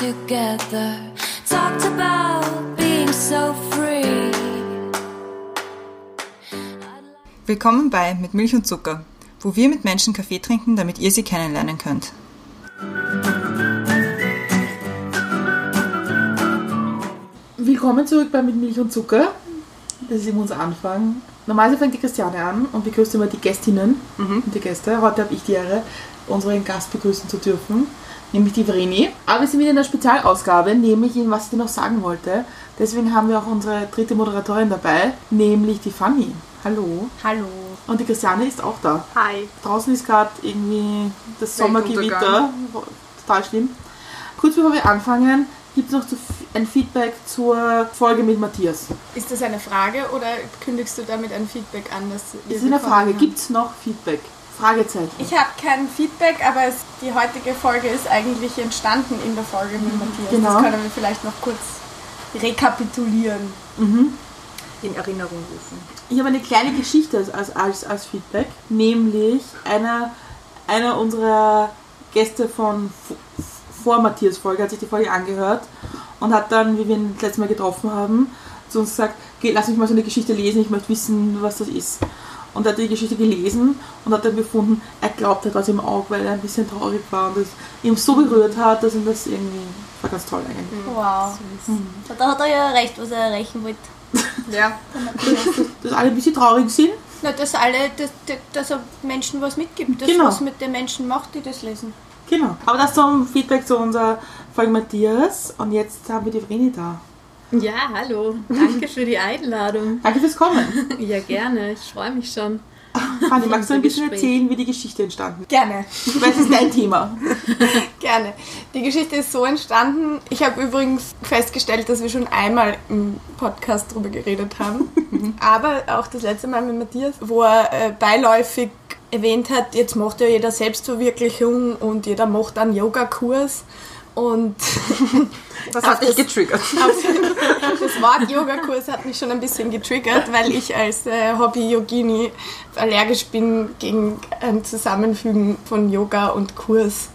together, talked about being so free. Willkommen bei Mit Milch und Zucker, wo wir mit Menschen Kaffee trinken, damit ihr sie kennenlernen könnt. Willkommen zurück bei Mit Milch und Zucker. Das ist eben unser Anfang. Normalerweise fängt die Christiane an und begrüßt immer die Gästinnen und die Gäste. Heute habe ich die Ehre, unseren Gast begrüßen zu dürfen, nämlich die Vreni. Aber wir sind wieder in der Spezialausgabe, nämlich was ich dir noch sagen wollte. Deswegen haben wir auch unsere dritte Moderatorin dabei, nämlich die Fanny. Hallo. Hallo. Und die Christiane ist auch da. Hi. Draußen ist gerade irgendwie das Sommergewitter. Total schlimm. Kurz bevor wir anfangen, gibt es noch ein Feedback zur Folge mit Matthias. Ist das eine Frage oder kündigst du damit ein Feedback an? Das ist eine Frage. Gibt es noch Feedback? Fragezeichen. Ich habe kein Feedback, aber die heutige Folge ist eigentlich entstanden in der Folge mit Matthias. Genau. Das können wir vielleicht noch kurz rekapitulieren. In Erinnerung rufen. Ich habe eine kleine Geschichte als Feedback, nämlich einer unserer Gäste von vor Matthias Folge hat sich die Folge angehört und hat dann, wie wir ihn das letzte Mal getroffen haben, zu uns gesagt, lass mich mal so eine Geschichte lesen, ich möchte wissen, was das ist. Und er hat die Geschichte gelesen und hat dann gefunden, er glaubt, er hat was im Auge, weil er ein bisschen traurig war und das ihm so berührt hat, dass ihm das irgendwie war ganz toll eigentlich. Wow. Da hat er ja recht, was er erreichen wollte. Ja. Dass alle ein bisschen traurig sind. Na, dass er Menschen was mitgibt, das Genau. was mit den Menschen macht, die das lesen. Genau. Aber das zum Feedback zu unserer Folge Matthias. Und jetzt haben wir die Vreni da. Ja, hallo. Danke für die Einladung. Danke fürs Kommen. Ja, gerne. Ich freue mich schon. Fanny, magst du ein bisschen Gespräch. erzählen, wie die Geschichte entstanden ist? Gerne. Ich weiß, es ist dein Thema. Gerne. Die Geschichte ist so entstanden. Ich habe übrigens festgestellt, dass wir schon einmal im Podcast drüber geredet haben. Aber auch das letzte Mal mit Matthias, wo er beiläufig erwähnt hat, jetzt macht ja jeder Selbstverwirklichung und jeder macht einen Yoga-Kurs. Und Das hat dich getriggert. das Wort Yoga-Kurs hat mich schon ein bisschen getriggert, weil ich als Hobby-Yogini allergisch bin gegen ein Zusammenfügen von Yoga und Kurs.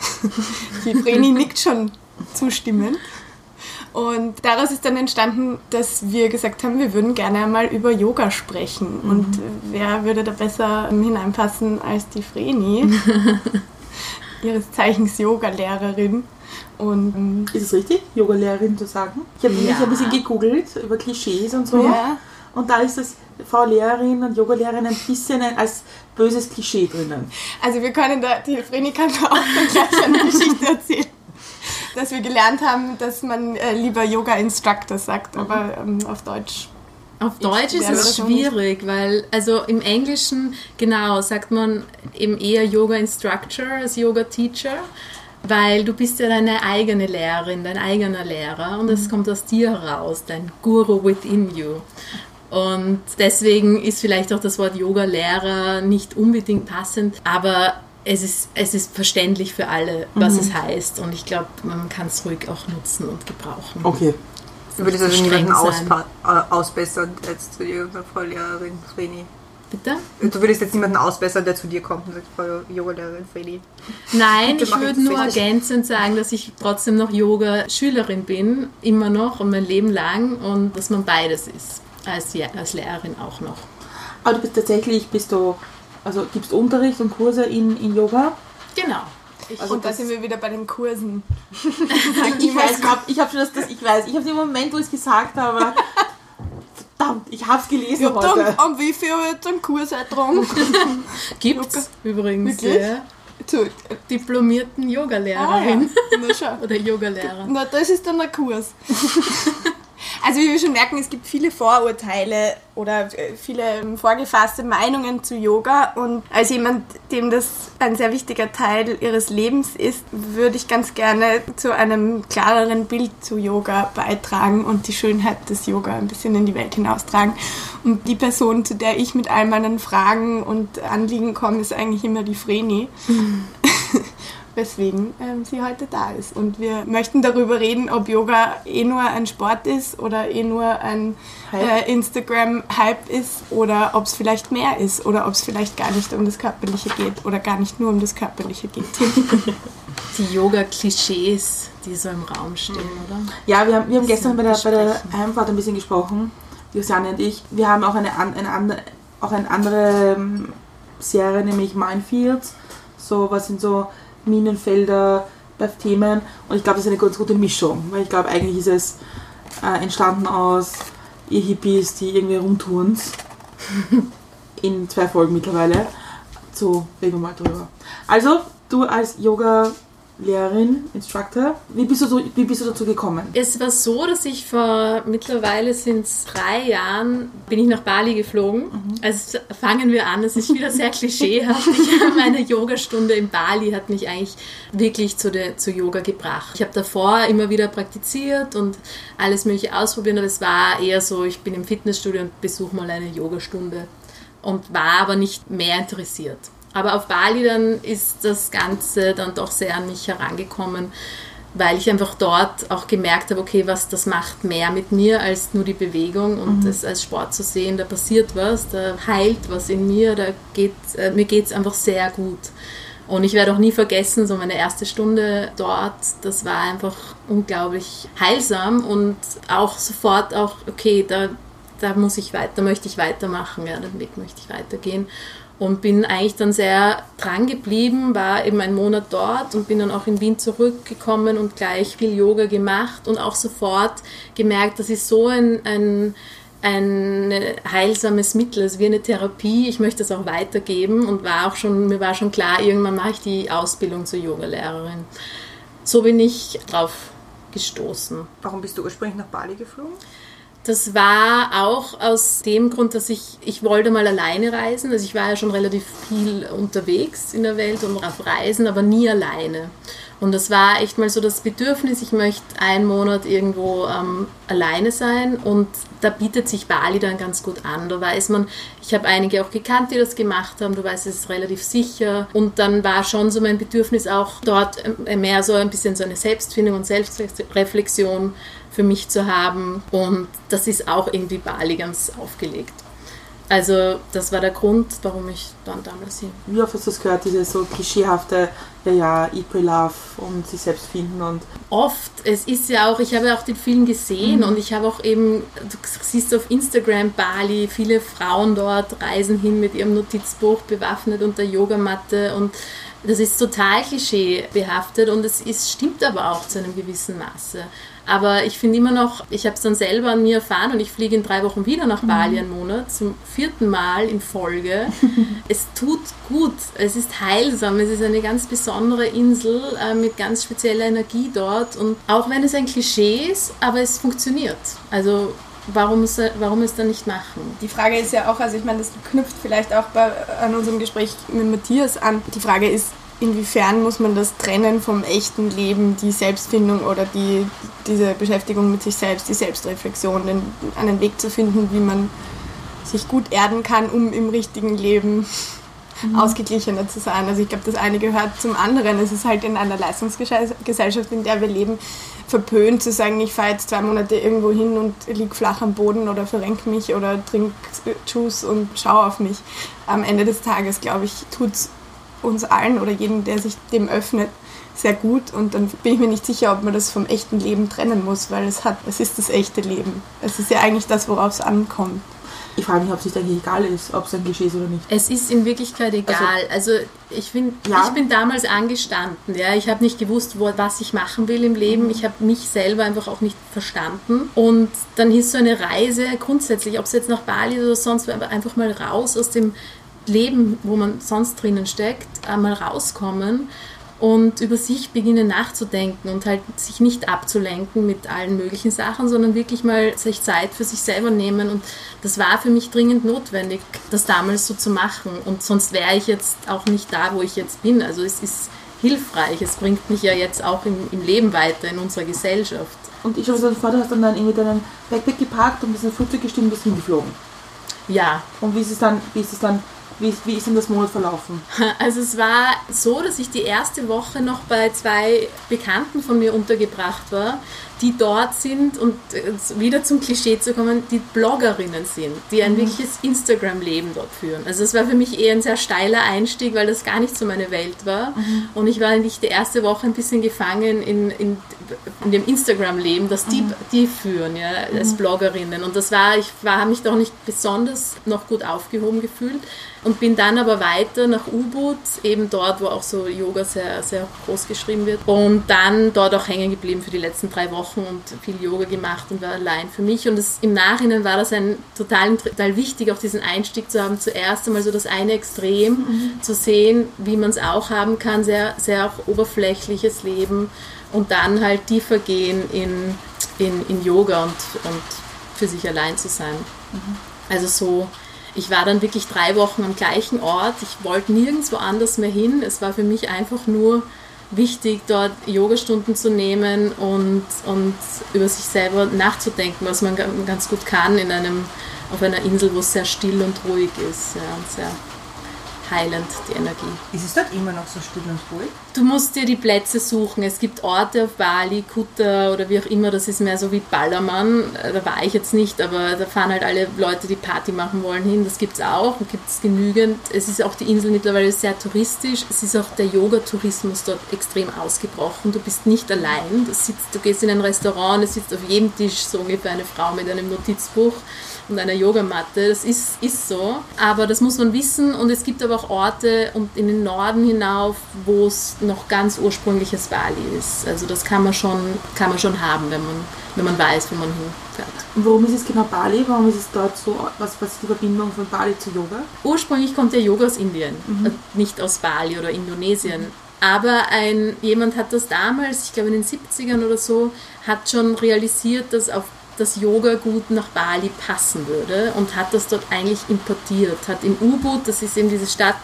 Die Vreni nickt schon zustimmend. Und daraus ist dann entstanden, dass wir gesagt haben, wir würden gerne einmal über Yoga sprechen. Und wer würde da besser hineinpassen als die Vreni, ihres Zeichens Yoga-Lehrerin. Und Ist es richtig, Yoga-Lehrerin zu sagen? Ich habe nämlich ein bisschen gegoogelt über Klischees und so. Ja. Und da ist das Frau Lehrerin und Yoga-Lehrerin ein bisschen als böses Klischee drinnen. Also wir können die Vreni kann da auch gleich eine Geschichte erzählen, dass wir gelernt haben, dass man lieber Yoga-Instructor sagt, aber auf Deutsch. Auf Deutsch ist wäre es das schwierig, weil also im Englischen, genau, sagt man eben eher Yoga-Instructor als Yoga-Teacher, weil du bist ja deine eigene Lehrerin, dein eigener Lehrer und es kommt aus dir heraus, dein Guru within you. Und deswegen ist vielleicht auch das Wort Yoga-Lehrer nicht unbedingt passend, aber es ist verständlich für alle, was es heißt. Und ich glaube, man kann es ruhig auch nutzen und gebrauchen. Okay. Du würdest also streng niemanden sein. ausbessern als zu dir, unsere Volllehrerin Vreni. Bitte? Du würdest jetzt niemanden ausbessern, der zu dir kommt und sagt, Frau Yoga-Lehrerin Vreni. Nein, Wir ich machen würde das nur richtig. ergänzend sagen, dass ich trotzdem noch Yoga-Schülerin bin, immer noch und mein Leben lang und dass man beides ist, als Lehrerin auch noch. Aber du bist tatsächlich, gibst Unterricht und Kurse in Yoga? Genau. Und da sind wir wieder bei den Kursen. Ich habe es im Moment, wo ich es gesagt habe, aber verdammt, ich habe es gelesen Ja, heute. dann, um wie viel wird ein Kurs dran? Gibt's übrigens Wirklich? ja, Zu- diplomierten Yoga-Lehrerin Na schau. oder Yoga-Lehrer. Na, das ist dann ein Kurs. Also wie wir schon merken, es gibt viele Vorurteile oder viele vorgefasste Meinungen zu Yoga und als jemand, dem das ein sehr wichtiger Teil ihres Lebens ist, würde ich ganz gerne zu einem klareren Bild zu Yoga beitragen und die Schönheit des Yoga ein bisschen in die Welt hinaustragen. Und die Person, zu der ich mit all meinen Fragen und Anliegen komme, ist eigentlich immer die Vreni. Weswegen sie heute da ist. Und wir möchten darüber reden, ob Yoga nur ein Sport ist oder nur ein Instagram-Hype ist oder ob es vielleicht mehr ist oder ob es vielleicht gar nicht um das Körperliche geht oder gar nicht nur um das Körperliche geht. die Yoga-Klischees, die so im Raum stehen, oder? Ja, wir haben gestern bei der Heimfahrt ein bisschen gesprochen, Josiane und ich. Wir haben auch eine andere Serie, nämlich Minefields. So, was sind so Minenfelder bei Themen. Und ich glaube, das ist eine ganz gute Mischung, weil ich glaube, eigentlich ist es entstanden aus ihr Hippies, die irgendwie rumtouren. In 2 Folgen mittlerweile. So, reden wir mal drüber. Also, du als Yoga-Lehrerin, Instructor, wie bist du dazu gekommen? Es war so, dass ich mittlerweile sind es 3 Jahren, bin ich nach Bali geflogen. Also fangen wir an, es ist wieder sehr klischeehaft. Meine Yogastunde in Bali hat mich eigentlich wirklich zu Yoga gebracht. Ich habe davor immer wieder praktiziert und alles mögliche ausprobiert, aber es war eher so, ich bin im Fitnessstudio und besuche mal eine Yogastunde und war aber nicht mehr interessiert. Aber auf Bali dann ist das Ganze dann doch sehr an mich herangekommen, weil ich einfach dort auch gemerkt habe, okay, das macht mehr mit mir als nur die Bewegung und das als Sport zu sehen, da passiert was, da heilt was in mir, mir geht es einfach sehr gut. Und ich werde auch nie vergessen, so meine erste Stunde dort, das war einfach unglaublich heilsam und auch sofort okay, da möchte ich weitermachen, ja, den Weg möchte ich weitergehen. Und bin eigentlich dann sehr dran geblieben, war eben einen Monat dort und bin dann auch in Wien zurückgekommen und gleich viel Yoga gemacht und auch sofort gemerkt, das ist so ein heilsames Mittel, es ist wie eine Therapie, ich möchte das auch weitergeben und mir war schon klar, irgendwann mache ich die Ausbildung zur Yogalehrerin. So bin ich drauf gestoßen. Warum bist du ursprünglich nach Bali geflogen? Das war auch aus dem Grund, dass ich wollte mal alleine reisen. Also ich war ja schon relativ viel unterwegs in der Welt und auf Reisen, aber nie alleine. Und das war echt mal so das Bedürfnis, ich möchte einen Monat irgendwo alleine sein und da bietet sich Bali dann ganz gut an. Da weiß man, ich habe einige auch gekannt, die das gemacht haben, du weißt, es ist relativ sicher und dann war schon so mein Bedürfnis auch dort mehr so ein bisschen so eine Selbstfindung und Selbstreflexion für mich zu haben und das ist auch irgendwie Bali ganz aufgelegt. Also das war der Grund, warum ich dann damals hin. Wie oft hast du das gehört, diese so klischeehafte, Eat, Pray, Love und sich selbst finden und... Oft, es ist ja auch, ich habe ja auch den Film gesehen und ich habe auch eben, du siehst auf Instagram Bali, viele Frauen dort reisen hin mit ihrem Notizbuch bewaffnet unter Yogamatte und das ist total klischeebehaftet und stimmt aber auch zu einem gewissen Maße. Aber ich finde immer noch, ich habe es dann selber an mir erfahren und ich fliege in 3 Wochen wieder nach Bali einen Monat, zum 4. Mal in Folge. Es tut gut, es ist heilsam, es ist eine ganz besondere Insel mit ganz spezieller Energie dort und auch wenn es ein Klischee ist, aber es funktioniert. Also warum es dann nicht machen? Die Frage ist ja auch, also ich meine, das knüpft vielleicht auch an unserem Gespräch mit Matthias an. Die Frage ist, inwiefern muss man das trennen vom echten Leben, die Selbstfindung oder diese Beschäftigung mit sich selbst, die Selbstreflexion, einen Weg zu finden, wie man sich gut erden kann, um im richtigen Leben ausgeglichener zu sein. Also ich glaube, das eine gehört zum anderen. Es ist halt in einer Leistungsgesellschaft, in der wir leben, verpönt zu sagen, ich fahre jetzt 2 Monate irgendwo hin und liege flach am Boden oder verrenke mich oder trinke Juice und schaue auf mich. Am Ende des Tages, glaube ich, tut es uns allen oder jedem, der sich dem öffnet, sehr gut und dann bin ich mir nicht sicher, ob man das vom echten Leben trennen muss, weil es ist das echte Leben. Es ist ja eigentlich das, worauf es ankommt. Ich frage mich, ob es nicht eigentlich egal ist, ob es ein Klischee ist oder nicht. Es ist in Wirklichkeit egal. Also ich bin damals angestanden. Ja? Ich habe nicht gewusst, was ich machen will im Leben. Ich habe mich selber einfach auch nicht verstanden. Und dann ist so eine Reise grundsätzlich, ob es jetzt nach Bali oder sonst, aber einfach mal raus aus dem Leben, wo man sonst drinnen steckt, einmal rauskommen und über sich beginnen nachzudenken und halt sich nicht abzulenken mit allen möglichen Sachen, sondern wirklich mal sich Zeit für sich selber nehmen und das war für mich dringend notwendig, das damals so zu machen und sonst wäre ich jetzt auch nicht da, wo ich jetzt bin. Also es ist hilfreich, es bringt mich ja jetzt auch im Leben weiter, in unserer Gesellschaft. Und ich habe so vor, du hast dann irgendwie deinen Backpack geparkt und bist in das Flugzeug gestiegen und bist hingeflogen. Ja. Und wie ist denn das Monat verlaufen? Also es war so, dass ich die erste Woche noch bei 2 Bekannten von mir untergebracht war, die dort sind und wieder zum Klischee zu kommen, die Bloggerinnen sind, die ein wirkliches Instagram-Leben dort führen. Also es war für mich eher ein sehr steiler Einstieg, weil das gar nicht so meine Welt war. Und ich war eigentlich die erste Woche ein bisschen gefangen in dem Instagram-Leben, das die führen, ja, als Bloggerinnen. Und das habe mich doch nicht besonders noch gut aufgehoben gefühlt und bin dann aber weiter nach Ubud, eben dort, wo auch so Yoga sehr, sehr groß geschrieben wird, und dann dort auch hängen geblieben für die letzten 3 Wochen und viel Yoga gemacht und war allein für mich. Und im Nachhinein war das total wichtig, auch diesen Einstieg zu haben, zuerst einmal so das eine Extrem zu sehen, wie man es auch haben kann, sehr, sehr auch oberflächliches Leben, und dann halt tiefer gehen in Yoga und für sich allein zu sein. Also so, ich war dann wirklich 3 Wochen am gleichen Ort, ich wollte nirgendwo anders mehr hin, es war für mich einfach nur wichtig, dort Yogastunden zu nehmen und über sich selber nachzudenken, was man ganz gut kann auf einer Insel, wo es sehr still und ruhig ist, ja, und sehr heilend, die Energie. Ist es dort immer noch so still und ruhig? Du musst dir die Plätze suchen. Es gibt Orte auf Bali, Kuta oder wie auch immer, das ist mehr so wie Ballermann. Da war ich jetzt nicht, aber da fahren halt alle Leute, die Party machen wollen, hin. Das gibt es auch, da gibt es genügend. Es ist auch die Insel mittlerweile sehr touristisch. Es ist auch der Yoga-Tourismus dort extrem ausgebrochen. Du bist nicht allein. Du gehst in ein Restaurant, es sitzt auf jedem Tisch so ungefähr eine Frau mit einem Notizbuch und einer Yogamatte. Das ist so. Aber das muss man wissen, und es gibt aber auch Orte und in den Norden hinauf, wo es noch ganz ursprüngliches Bali ist. Also das kann man schon haben, wenn man weiß, wo man hinfährt. Und warum ist es genau Bali? Warum ist es dort so? Was ist die Verbindung von Bali zu Yoga? Ursprünglich kommt der Yoga aus Indien, nicht aus Bali oder Indonesien. Aber jemand hat das damals, ich glaube in den 70ern oder so, hat schon realisiert, dass das Yoga gut nach Bali passen würde, und hat das dort eigentlich importiert. Hat in Ubud, das ist eben diese Stadt,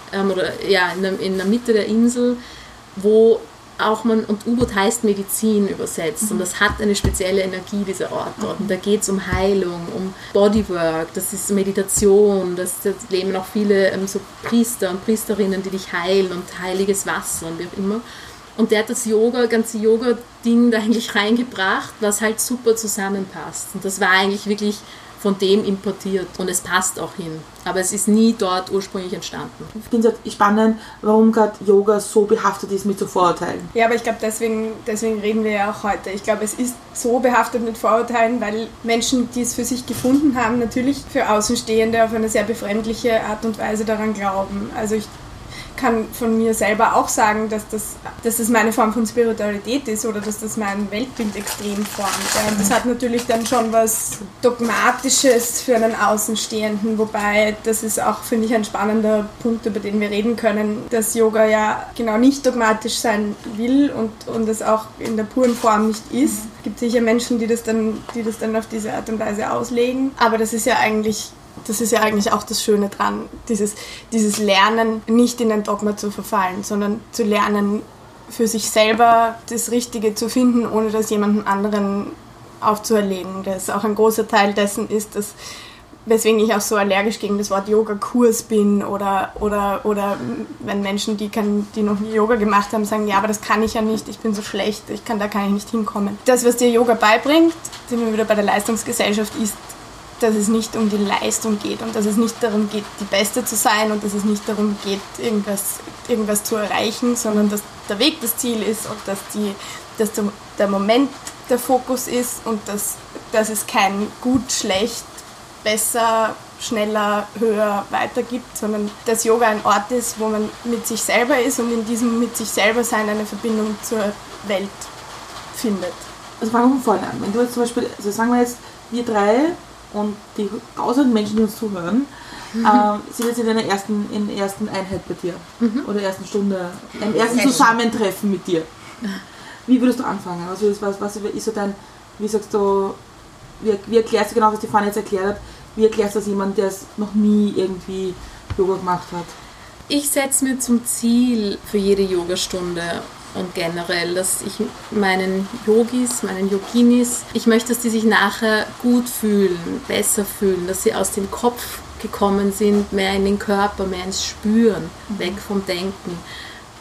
in der Mitte der Insel, wo auch und Ubud heißt Medizin übersetzt, und das hat eine spezielle Energie, dieser Ort dort. Und da geht es um Heilung, um Bodywork, das ist Meditation, das leben auch viele so Priester und Priesterinnen, die dich heilen, und heiliges Wasser und wie auch immer. Und der hat das ganze Yoga-Ding da eigentlich reingebracht, was halt super zusammenpasst. Und das war eigentlich wirklich von dem importiert, und es passt auch hin. Aber es ist nie dort ursprünglich entstanden. Ich finde es spannend, warum gerade Yoga so behaftet ist mit so Vorurteilen. Ja, aber ich glaube, deswegen reden wir ja auch heute. Ich glaube, es ist so behaftet mit Vorurteilen, weil Menschen, die es für sich gefunden haben, natürlich für Außenstehende auf eine sehr befremdliche Art und Weise daran glauben. Also ich kann von mir selber auch sagen, dass das meine Form von Spiritualität ist, oder dass das mein Weltbild extrem formt. Ja, das hat natürlich dann schon was Dogmatisches für einen Außenstehenden, wobei das ist auch, finde ich, ein spannender Punkt, über den wir reden können, dass Yoga ja genau nicht dogmatisch sein will und es auch in der puren Form nicht ist. Es gibt sicher Menschen, die das dann auf diese Art und Weise auslegen, aber das ist ja eigentlich auch das Schöne dran, dieses Lernen, nicht in ein Dogma zu verfallen, sondern zu lernen, für sich selber das Richtige zu finden, ohne das jemandem anderen aufzuerlegen. Das auch ein großer Teil dessen ist, weswegen ich auch so allergisch gegen das Wort Yoga-Kurs bin, oder wenn Menschen, die noch nie Yoga gemacht haben, sagen, ja, aber das kann ich ja nicht, ich bin so schlecht, da kann ich nicht hinkommen. Das, was dir Yoga beibringt, sind wir wieder bei der Leistungsgesellschaft, ist, dass es nicht um die Leistung geht und dass es nicht darum geht, die Beste zu sein, und dass es nicht darum geht, irgendwas zu erreichen, sondern dass der Weg das Ziel ist, und dass der Moment der Fokus ist, und dass es kein gut, schlecht, besser, schneller, höher, weiter gibt, sondern dass Yoga ein Ort ist, wo man mit sich selber ist und in diesem mit sich selber sein eine Verbindung zur Welt findet. Also fangen wir von vorne an. Wenn du jetzt zum Beispiel, also sagen wir jetzt, wir drei und die tausend Menschen, die uns zuhören, sind jetzt in der ersten Einheit bei dir. Oder ersten Stunde, im ersten Zusammentreffen mit dir. Wie würdest du anfangen? Also was ist so dein, wie sagst du, wie erklärst du genau, was die Fanny jetzt erklärt hat, wie erklärst du das jemand, der es noch nie irgendwie Yoga gemacht hat? Ich setze mir zum Ziel für jede Yogastunde und generell, dass ich meinen Yogis, meinen Yoginis, ich möchte, dass die sich nachher gut fühlen, besser fühlen, dass sie aus dem Kopf gekommen sind, mehr in den Körper, mehr ins Spüren, weg vom Denken.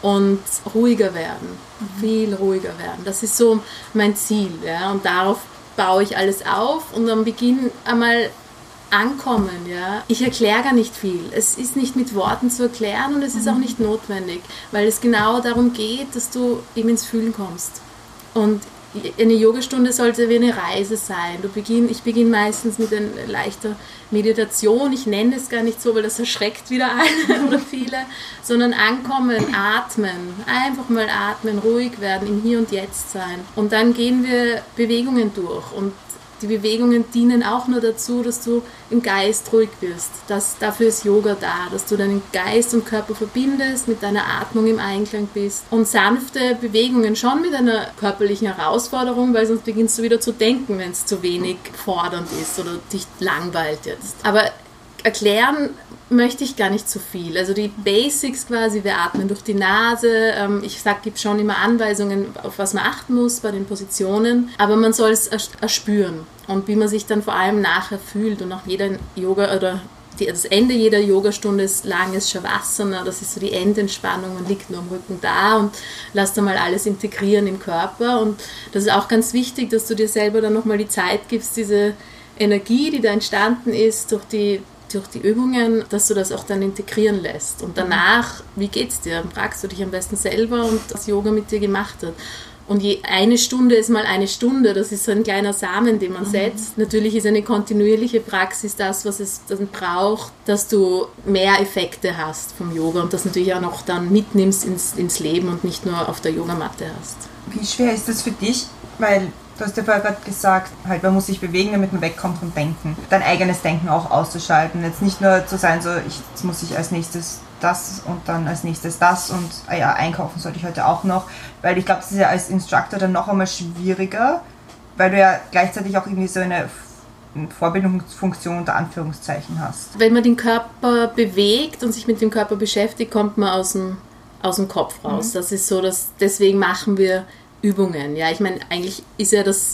und ruhiger werden, viel ruhiger werden. Das ist so mein Ziel, ja, und darauf baue ich alles auf und am Beginn einmal ankommen, ja. Ich erkläre gar nicht viel. Es ist nicht mit Worten zu erklären und es ist auch nicht notwendig, weil es genau darum geht, dass du eben ins Fühlen kommst. Und eine Yogastunde sollte wie eine Reise sein. Ich beginne meistens mit einer leichter Meditation. Ich nenne es gar nicht so, weil das erschreckt wieder alle oder viele, sondern ankommen, atmen, einfach mal atmen, ruhig werden, im Hier und Jetzt sein. Und dann gehen wir Bewegungen durch und die Bewegungen dienen auch nur dazu, dass du im Geist ruhig wirst. Dafür ist Yoga da, dass du deinen Geist und Körper verbindest, mit deiner Atmung im Einklang bist. Und sanfte Bewegungen schon mit einer körperlichen Herausforderung, weil sonst beginnst du wieder zu denken, wenn es zu wenig fordernd ist oder dich langweilt jetzt. Aber erklären möchte ich gar nicht so viel. Also die Basics quasi, wir atmen durch die Nase. Ich gebe schon immer Anweisungen, auf was man achten muss bei den Positionen, aber man soll es erspüren und wie man sich dann vor allem nachher fühlt. Und nach jeder Yoga oder das Ende jeder Yogastunde ist langes Shavasana, das ist so die Endentspannung, man liegt nur am Rücken da und lässt einmal alles integrieren im Körper. Und das ist auch ganz wichtig, dass du dir selber dann nochmal die Zeit gibst, diese Energie, die da entstanden ist durch die Übungen, dass du das auch dann integrieren lässt. Und danach, wie geht's dir? Fragst du dich am besten selber und was Yoga mit dir gemacht hat. Und eine Stunde ist mal eine Stunde, das ist so ein kleiner Samen, den man setzt. Natürlich ist eine kontinuierliche Praxis das, was es dann braucht, dass du mehr Effekte hast vom Yoga und das natürlich auch noch dann mitnimmst ins Leben und nicht nur auf der Yogamatte hast. Wie schwer ist das für dich? Weil du hast ja vorher gerade gesagt, halt, man muss sich bewegen, damit man wegkommt vom Denken. Dein eigenes Denken auch auszuschalten. Jetzt nicht nur zu sein, so, jetzt muss ich als nächstes das und dann als nächstes das und ja, einkaufen sollte ich heute auch noch. Weil ich glaube, das ist ja als Instructor dann noch einmal schwieriger, weil du ja gleichzeitig auch irgendwie so eine Vorbildungsfunktion unter Anführungszeichen hast. Wenn man den Körper bewegt und sich mit dem Körper beschäftigt, kommt man aus dem Kopf raus. Das ist so, deswegen machen wir Übungen. Ja, ich meine, eigentlich ist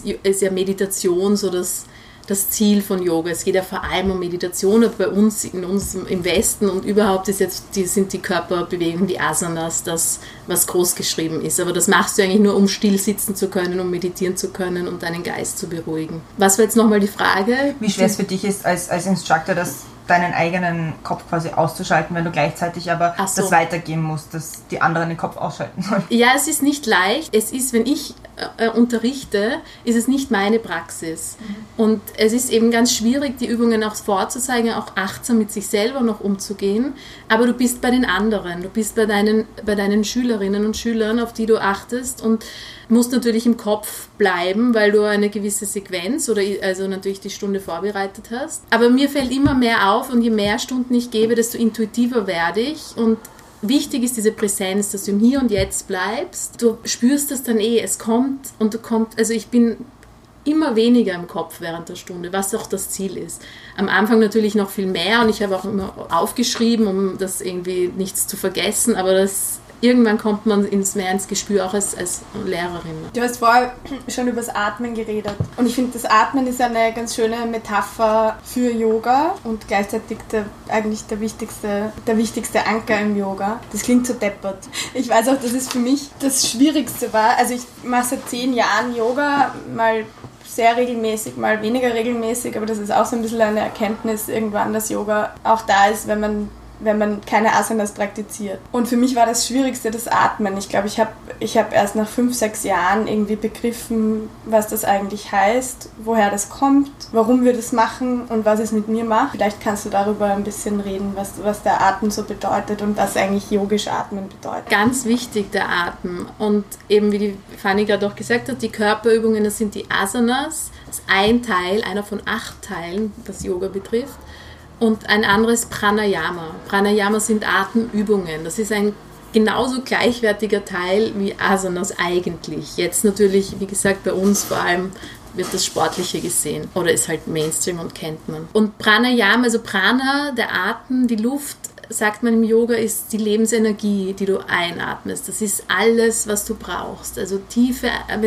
ja Meditation so das Ziel von Yoga. Es geht ja vor allem um Meditation, aber bei uns im Westen und überhaupt sind die Körperbewegungen, die Asanas, das, was groß geschrieben ist. Aber das machst du eigentlich nur, um still sitzen zu können, um meditieren zu können und deinen Geist zu beruhigen. Was war jetzt nochmal die Frage? Wie schwer es für dich ist, als Instructor, deinen eigenen Kopf quasi auszuschalten, wenn du gleichzeitig aber das weitergeben musst, dass die anderen den Kopf ausschalten sollen. Ja, es ist nicht leicht. Es ist, wenn ich unterrichte, ist es nicht meine Praxis. Und es ist eben ganz schwierig, die Übungen auch vorzuzeigen, auch achtsam mit sich selber noch umzugehen. Aber du bist bei den anderen, du bist bei deinen Schülerinnen und Schülern, auf die du achtest und musst natürlich im Kopf bleiben, weil du eine gewisse Sequenz oder also natürlich die Stunde vorbereitet hast. Aber mir fällt immer mehr auf und je mehr Stunden ich gebe, desto intuitiver werde ich und wichtig ist diese Präsenz, dass du im Hier und Jetzt bleibst. Du spürst das dann es kommt und also ich bin immer weniger im Kopf während der Stunde, was auch das Ziel ist. Am Anfang natürlich noch viel mehr und ich habe auch immer aufgeschrieben, um das irgendwie nichts zu vergessen, aber irgendwann kommt man mehr ins Gespür, auch als Lehrerin. Du hast vorher schon über das Atmen geredet. Und ich finde, das Atmen ist eine ganz schöne Metapher für Yoga und gleichzeitig der wichtigste Anker im Yoga. Das klingt so deppert. Ich weiß auch, dass es für mich das Schwierigste war. Also ich mache seit 10 Jahren Yoga, mal sehr regelmäßig, mal weniger regelmäßig, aber das ist auch so ein bisschen eine Erkenntnis irgendwann, dass Yoga auch da ist, wenn man keine Asanas praktiziert. Und für mich war das Schwierigste das Atmen. Ich glaube, ich hab erst nach 5-6 Jahren irgendwie begriffen, was das eigentlich heißt, woher das kommt, warum wir das machen und was es mit mir macht. Vielleicht kannst du darüber ein bisschen reden, was der Atem so bedeutet und was eigentlich yogisch Atmen bedeutet. Ganz wichtig, der Atem. Und eben, wie die Fanny gerade auch gesagt hat, die Körperübungen, das sind die Asanas. Das ist ein Teil, einer von 8 Teilen, das Yoga betrifft. Und ein anderes Pranayama. Pranayama sind Atemübungen. Das ist ein genauso gleichwertiger Teil wie Asanas eigentlich. Jetzt natürlich, wie gesagt, bei uns vor allem wird das Sportliche gesehen oder ist halt Mainstream und kennt man. Und Pranayama, also Prana, der Atem, die Luft, sagt man im Yoga, ist die Lebensenergie, die du einatmest. Das ist alles, was du brauchst. Also wenn du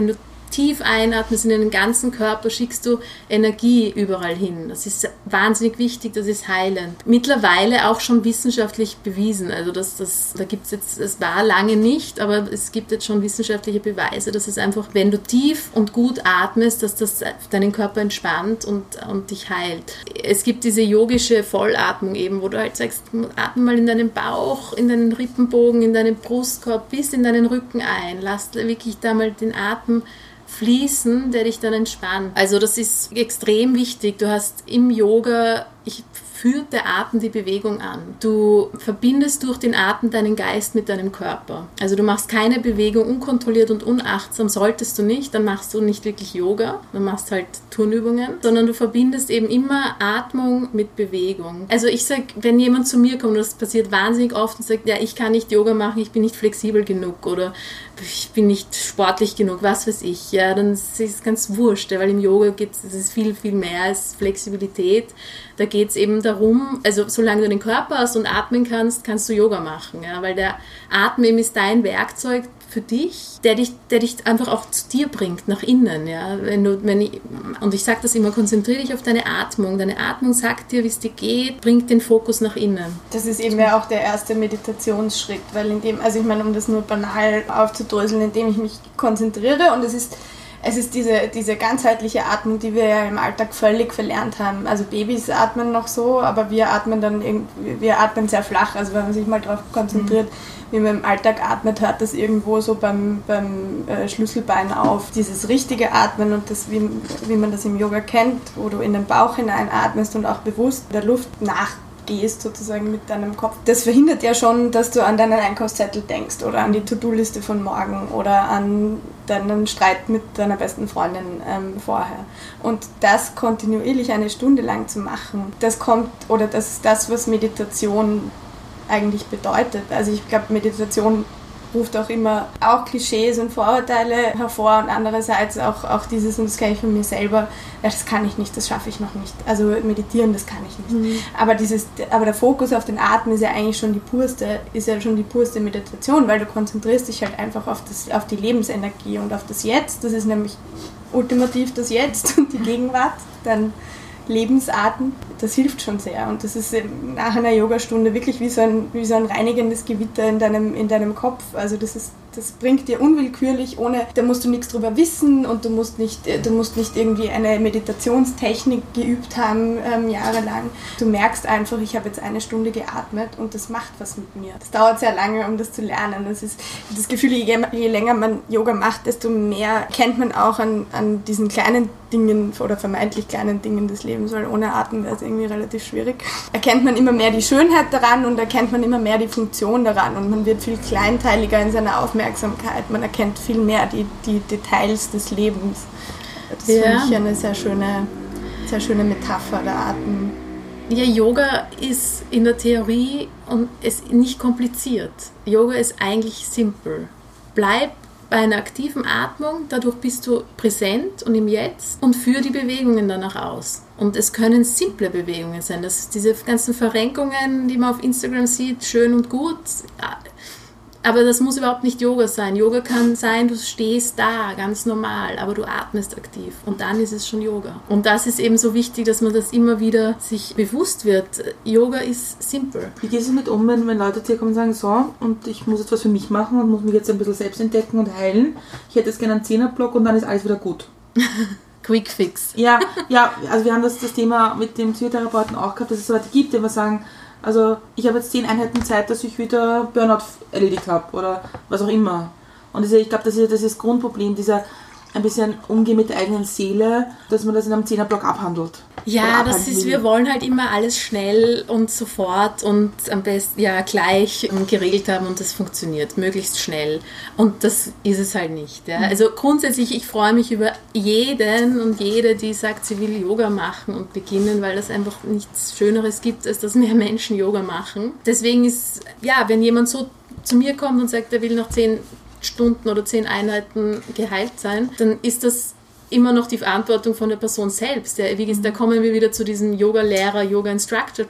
tief einatmest in den ganzen Körper, schickst du Energie überall hin. Das ist wahnsinnig wichtig, das ist heilend. Mittlerweile auch schon wissenschaftlich bewiesen. Also da gibt es jetzt, es war lange nicht, aber es gibt jetzt schon wissenschaftliche Beweise, dass es einfach, wenn du tief und gut atmest, dass das deinen Körper entspannt und dich heilt. Es gibt diese yogische Vollatmung eben, wo du halt sagst, atme mal in deinen Bauch, in deinen Rippenbogen, in deinen Brustkorb, bis in deinen Rücken ein. Lass wirklich da mal den Atem fließen, der dich dann entspannt. Also das ist extrem wichtig. Du hast im Yoga, führt der Atem die Bewegung an. Du verbindest durch den Atem deinen Geist mit deinem Körper. Also du machst keine Bewegung unkontrolliert und unachtsam, solltest du nicht, dann machst du nicht wirklich Yoga, dann machst halt Turnübungen, sondern du verbindest eben immer Atmung mit Bewegung. Also ich sage, wenn jemand zu mir kommt, und das passiert wahnsinnig oft, und sagt, ja, ich kann nicht Yoga machen, ich bin nicht flexibel genug oder ich bin nicht sportlich genug, was weiß ich, ja, dann ist es ganz wurscht, weil im Yoga es ist viel, viel mehr als Flexibilität. Da geht es eben darum, also solange du den Körper hast und atmen kannst, kannst du Yoga machen, ja, weil der Atem eben ist dein Werkzeug für dich, der dich einfach auch zu dir bringt, nach innen. Ja. Und ich sage das immer, konzentriere dich auf deine Atmung. Deine Atmung sagt dir, wie es dir geht, bringt den Fokus nach innen. Das ist eben ja auch der erste Meditationsschritt, weil um das nur banal aufzudröseln, indem ich mich konzentriere, und es ist diese ganzheitliche Atmung, die wir ja im Alltag völlig verlernt haben. Also Babys atmen noch so, aber wir atmen sehr flach. Also wenn man sich mal darauf konzentriert, wie man im Alltag atmet, hört das irgendwo so beim Schlüsselbein auf. Dieses richtige Atmen und das, wie man das im Yoga kennt, wo du in den Bauch hineinatmest und auch bewusst der Luft nachgehst sozusagen mit deinem Kopf. Das verhindert ja schon, dass du an deinen Einkaufszettel denkst oder an die To-Do-Liste von morgen oder an deinen Streit mit deiner besten Freundin vorher. Und das kontinuierlich eine Stunde lang zu machen, das ist das, was Meditation eigentlich bedeutet. Also ich glaube, Meditation ruft auch immer auch Klischees und Vorurteile hervor und andererseits auch dieses, und das kenne ich von mir selber, ja, das kann ich nicht, das schaffe ich noch nicht. Also meditieren, das kann ich nicht. Aber der Fokus auf den Atem ist ja eigentlich schon die purste Meditation, weil du konzentrierst dich halt einfach auf die Lebensenergie und auf das Jetzt. Das ist nämlich ultimativ das Jetzt und die Gegenwart. Dann Lebensatem, das hilft schon sehr. Und das ist nach einer Yogastunde wirklich wie so ein reinigendes Gewitter in deinem Kopf. Also das bringt dir unwillkürlich, da musst du nichts drüber wissen und du musst nicht irgendwie eine Meditationstechnik geübt haben, jahrelang. Du merkst einfach, ich habe jetzt eine Stunde geatmet und das macht was mit mir. Das dauert sehr lange, um das zu lernen. Das ist das Gefühl, je länger man Yoga macht, desto mehr kennt man auch an diesen kleinen Dingen oder vermeintlich kleinen Dingen des Lebens, weil ohne Atmen wäre es irgendwie relativ schwierig. Erkennt man immer mehr die Schönheit daran und erkennt man immer mehr die Funktion daran und man wird viel kleinteiliger in seiner Aufmerksamkeit. Man erkennt viel mehr die Details des Lebens. Das ist für mich eine sehr schöne Metapher, der Atem. Ja, Yoga ist in der Theorie und ist nicht kompliziert. Yoga ist eigentlich simpel. Bleib bei einer aktiven Atmung, dadurch bist du präsent und im Jetzt und führe die Bewegungen danach aus. Und es können simple Bewegungen sein. Das ist diese ganzen Verrenkungen, die man auf Instagram sieht, schön und gut. Aber das muss überhaupt nicht Yoga sein. Yoga kann sein, du stehst da, ganz normal, aber du atmest aktiv. Und dann ist es schon Yoga. Und das ist eben so wichtig, dass man das immer wieder sich bewusst wird. Yoga ist simpel. Wie gehst du damit um, wenn Leute zu dir kommen und sagen, so, und ich muss jetzt was für mich machen und muss mich jetzt ein bisschen selbst entdecken und heilen. Ich hätte jetzt gerne einen 10er-Block und dann ist alles wieder gut. Quick Fix. Ja, also wir haben das Thema mit dem Psychotherapeuten auch gehabt, dass es Leute gibt, die immer sagen, also ich habe jetzt 10 Einheiten Zeit, dass ich wieder Burnout erledigt habe oder was auch immer. Und ich glaube, das ist das Grundproblem, dieser ein bisschen Umgehen mit der eigenen Seele, dass man das in einem 10er-Block abhandelt. Ja, das ist, wir wollen halt immer alles schnell und sofort und am besten gleich geregelt haben und das funktioniert, möglichst schnell. Und das ist es halt nicht. Ja. Also grundsätzlich, ich freue mich über jeden und jede, die sagt, sie will Yoga machen und beginnen, weil das einfach nichts Schöneres gibt, als dass mehr Menschen Yoga machen. Deswegen ist, wenn jemand so zu mir kommt und sagt, er will noch 10 Stunden oder 10 Einheiten geheilt sein, dann ist das immer noch die Verantwortung von der Person selbst. Ja, wie gesagt, da kommen wir wieder zu diesem Yoga-Lehrer, Yoga-Instructor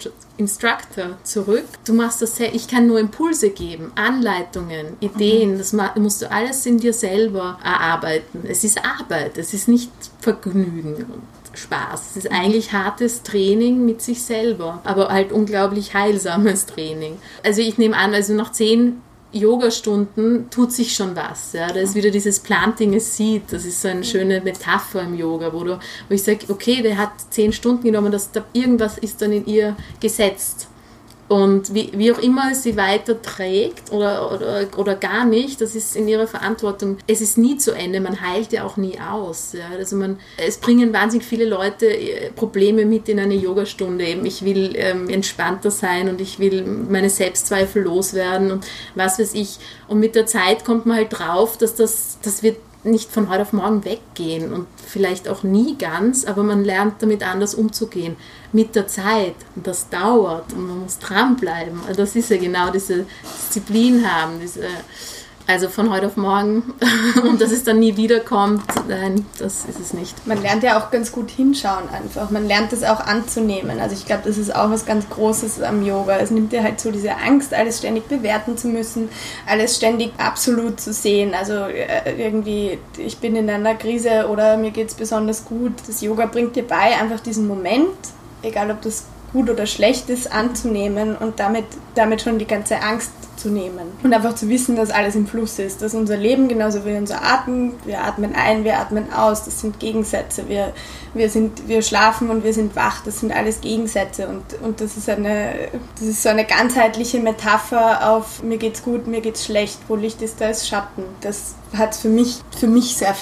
zurück. Du machst das ich kann nur Impulse geben, Anleitungen, Ideen, das musst du alles in dir selber erarbeiten. Es ist Arbeit, es ist nicht Vergnügen und Spaß. Es ist eigentlich hartes Training mit sich selber, aber halt unglaublich heilsames Training. Also ich nehme an, also nach 10 Yoga-Stunden tut sich schon was. Ja? Da ist wieder dieses Planting a Seed. Das ist so eine schöne Metapher im Yoga, wo ich sage, okay, der hat 10 Stunden genommen, irgendwas ist dann in ihr gesetzt. Und wie auch immer es sie weiter trägt oder gar nicht, das ist in ihrer Verantwortung. Es ist nie zu Ende, man heilt ja auch nie aus. Ja? Also es bringen wahnsinnig viele Leute Probleme mit in eine Yogastunde. Eben, ich will entspannter sein und ich will meine Selbstzweifel loswerden und was weiß ich. Und mit der Zeit kommt man halt drauf, dass das wird nicht von heute auf morgen weggehen und vielleicht auch nie ganz, aber man lernt damit anders umzugehen mit der Zeit und das dauert und man muss dranbleiben. Also das ist ja genau diese Disziplin haben, also von heute auf morgen und dass es dann nie wiederkommt, nein, das ist es nicht. Man lernt ja auch ganz gut hinschauen einfach, man lernt es auch anzunehmen, also ich glaube, das ist auch was ganz Großes am Yoga, es nimmt dir halt so diese Angst, alles ständig bewerten zu müssen, alles ständig absolut zu sehen, also irgendwie, ich bin in einer Krise oder mir geht es besonders gut, das Yoga bringt dir bei, einfach diesen Moment, egal ob das gut oder schlecht ist, anzunehmen und damit schon die ganze Angst zu nehmen. Und einfach zu wissen, dass alles im Fluss ist, dass unser Leben genauso wie unser Atem, wir atmen ein, wir atmen aus, das sind Gegensätze, wir schlafen und wir sind wach, das sind alles Gegensätze und das ist so eine ganzheitliche Metapher auf mir geht's gut, mir geht's schlecht, wo Licht ist, da ist Schatten. Das hat für mich sehr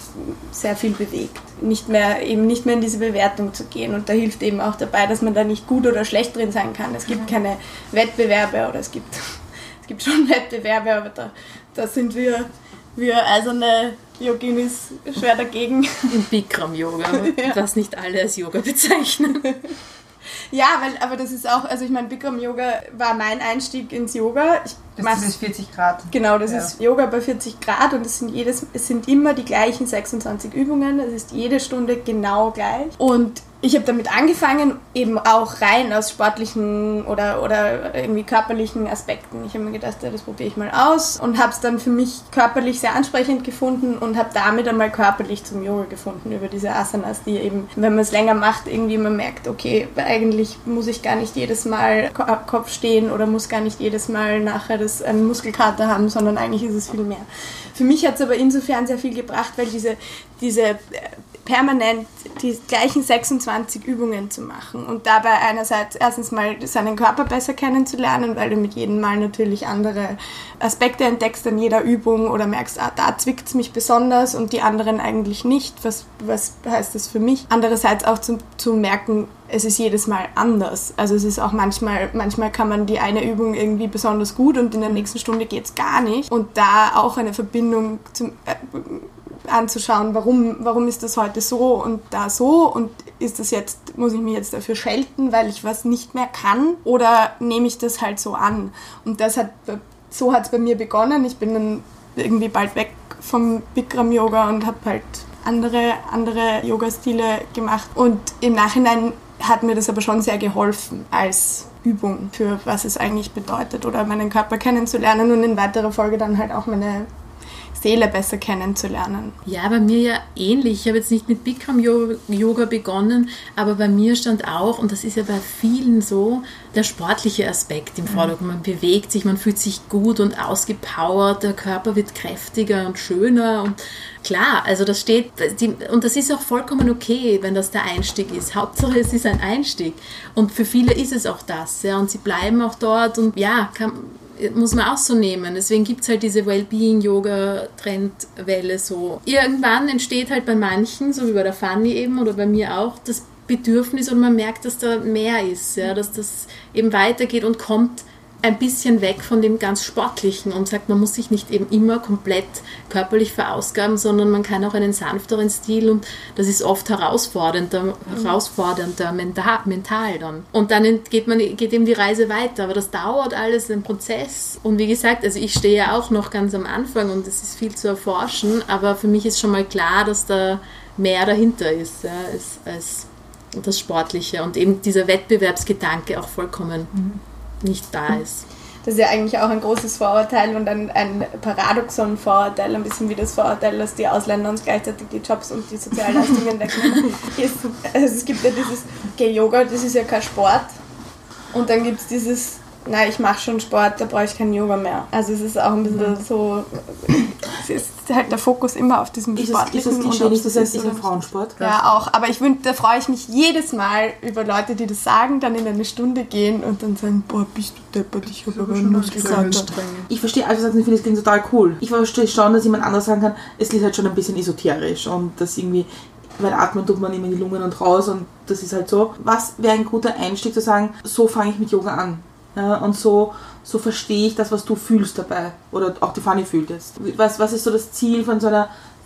viel bewegt. Nicht mehr in diese Bewertung zu gehen und da hilft eben auch dabei, dass man da nicht gut oder schlecht drin sein kann. Es gibt keine Wettbewerbe oder es gibt schon Wettbewerbe, aber da sind wir eiserne Yoginis schwer dagegen. Im Bikram-Yoga, ja. Was nicht alle als Yoga bezeichnen. Ja, aber das ist auch, also ich meine, Bikram-Yoga war mein Einstieg ins Yoga. Das ist 40 Grad. Genau, das ist Yoga bei 40 Grad und es sind immer die gleichen 26 Übungen. Es ist jede Stunde genau gleich. Und ich habe damit angefangen, eben auch rein aus sportlichen oder irgendwie körperlichen Aspekten. Ich habe mir gedacht, ja, das probiere ich mal aus und habe es dann für mich körperlich sehr ansprechend gefunden und habe damit einmal körperlich zum Yoga gefunden über diese Asanas, die eben, wenn man es länger macht, irgendwie man merkt, okay, eigentlich muss ich gar nicht jedes Mal Kopf stehen oder muss gar nicht jedes Mal nachher einen Muskelkater haben, sondern eigentlich ist es viel mehr. Für mich hat es aber insofern sehr viel gebracht, weil diese permanent die gleichen 26 Übungen zu machen und dabei einerseits erstens mal seinen Körper besser kennenzulernen, weil du mit jedem Mal natürlich andere Aspekte entdeckst an jeder Übung oder merkst, da zwickt es mich besonders und die anderen eigentlich nicht. Was heißt das für mich? Andererseits auch zu merken, es ist jedes Mal anders. Also es ist auch manchmal kann man die eine Übung irgendwie besonders gut und in der nächsten Stunde geht es gar nicht. Und da auch eine Verbindung anzuschauen, warum ist das heute so und da so und muss ich mich jetzt dafür schelten, weil ich was nicht mehr kann oder nehme ich das halt so an? Und so hat es bei mir begonnen. Ich bin dann irgendwie bald weg vom Bikram-Yoga und habe halt andere Yoga-Stile gemacht und im Nachhinein hat mir das aber schon sehr geholfen als Übung für was es eigentlich bedeutet oder meinen Körper kennenzulernen und in weiterer Folge dann halt auch meine Seele besser kennenzulernen. Ja, bei mir ja ähnlich. Ich habe jetzt nicht mit Bikram-Yoga begonnen, aber bei mir stand auch, und das ist ja bei vielen so, der sportliche Aspekt im Vordergrund. Man bewegt sich, man fühlt sich gut und ausgepowert, der Körper wird kräftiger und schöner und klar, also das steht, und das ist auch vollkommen okay, wenn das der Einstieg ist. Hauptsache, es ist ein Einstieg. Und für viele ist es auch das, ja, und sie bleiben auch dort und ja, muss man auch so nehmen. Deswegen gibt es halt diese Wellbeing-Yoga-Trendwelle so. Irgendwann entsteht halt bei manchen, so wie bei der Fanny eben oder bei mir auch, das Bedürfnis und man merkt, dass da mehr ist, ja, dass das eben weitergeht und kommt ein bisschen weg von dem ganz Sportlichen und sagt, man muss sich nicht eben immer komplett körperlich verausgaben, sondern man kann auch einen sanfteren Stil und das ist oft herausfordernder mental dann. Und dann geht eben die Reise weiter, aber das dauert alles, ein Prozess. Und wie gesagt, also ich stehe ja auch noch ganz am Anfang und es ist viel zu erforschen, aber für mich ist schon mal klar, dass da mehr dahinter ist, ja, als das Sportliche und eben dieser Wettbewerbsgedanke auch vollkommen nicht da ist. Das ist ja eigentlich auch ein großes Vorurteil und ein Paradoxon-Vorurteil, ein bisschen wie das Vorurteil, dass die Ausländer uns gleichzeitig die Jobs und die Sozialleistungen wegnehmen. Also es gibt ja dieses, okay, Yoga, das ist ja kein Sport. Und dann gibt es dieses, nein, ich mache schon Sport, da brauche ich kein Yoga mehr. Also es ist auch ein bisschen so, es ist halt der Fokus immer auf diesem Sportlichen. Ist das Klischee nicht, das heißt, ein Frauensport? Ja, auch. Aber da freue ich mich jedes Mal über Leute, die das sagen, dann in eine Stunde gehen und dann sagen, boah, bist du deppert, ich habe aber einen Muskelkater. Ich verstehe, also ich finde, das klingt total cool. Ich verstehe schon, dass jemand anderes sagen kann, es klingt halt schon ein bisschen esoterisch und das irgendwie, weil atmen tut man immer in die Lungen und raus und das ist halt so. Was wäre ein guter Einstieg zu sagen, so fange ich mit Yoga an? Ja, und so verstehe ich das, was du fühlst dabei. Oder auch die Fanny fühlt es. Was ist so das Ziel von so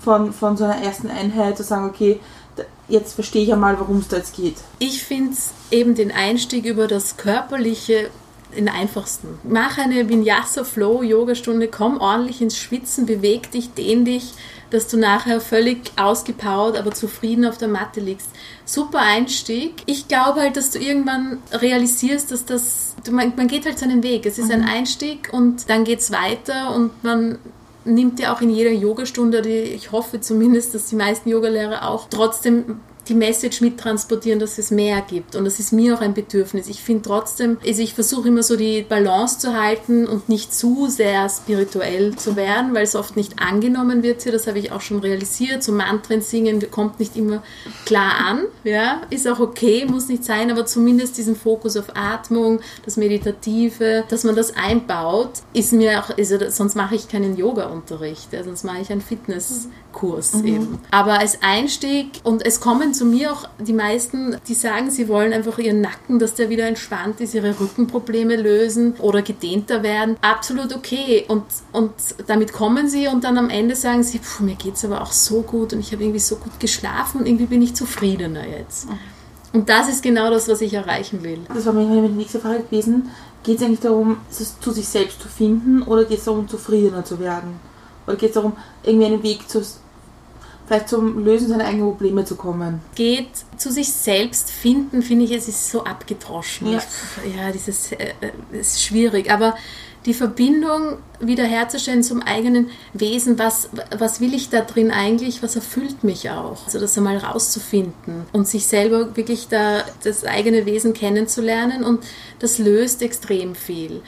einer ersten Einheit, zu sagen, okay, jetzt verstehe ich einmal, worum es da jetzt geht. Ich finde es eben den Einstieg über das Körperliche den einfachsten. Mach eine Vinyasa-Flow-Yogastunde, komm ordentlich ins Schwitzen, beweg dich, dehn dich, dass du nachher völlig ausgepowert, aber zufrieden auf der Matte liegst. Super Einstieg. Ich glaube halt, dass du irgendwann realisierst, dass man geht halt seinen Weg. Es ist ein Einstieg und dann geht's weiter und man nimmt ja auch in jeder Yogastunde, ich hoffe zumindest, dass die meisten Yogalehrer auch trotzdem die Message mittransportieren, dass es mehr gibt. Und das ist mir auch ein Bedürfnis. Ich finde trotzdem, also ich versuche immer so die Balance zu halten und nicht zu sehr spirituell zu werden, weil es oft nicht angenommen wird hier. Das habe ich auch schon realisiert. So Mantren singen kommt nicht immer klar an. Ja, ist auch okay, muss nicht sein, aber zumindest diesen Fokus auf Atmung, das Meditative, dass man das einbaut, ist mir auch, also sonst mache ich keinen Yoga-Unterricht. Ja, sonst mache ich einen Fitnesskurs eben. Aber als Einstieg, und es kommen zu mir auch die meisten, die sagen, sie wollen einfach ihren Nacken, dass der wieder entspannt ist, ihre Rückenprobleme lösen oder gedehnter werden. Absolut okay. Und damit kommen sie und dann am Ende sagen sie, mir geht es aber auch so gut und ich habe irgendwie so gut geschlafen und irgendwie bin ich zufriedener jetzt. Und das ist genau das, was ich erreichen will. Das war meine nächste Frage gewesen. Geht es eigentlich darum, es zu sich selbst zu finden oder geht es darum, zufriedener zu werden? Oder geht es darum, irgendwie einen Weg vielleicht zum Lösen seiner eigenen Probleme zu kommen? Geht zu sich selbst finden, finde ich, es ist so abgedroschen. Ja, das ist schwierig. Aber die Verbindung wiederherzustellen zum eigenen Wesen, was will ich da drin eigentlich, was erfüllt mich auch? Also das einmal rauszufinden und sich selber wirklich das eigene Wesen kennenzulernen und das löst extrem viel.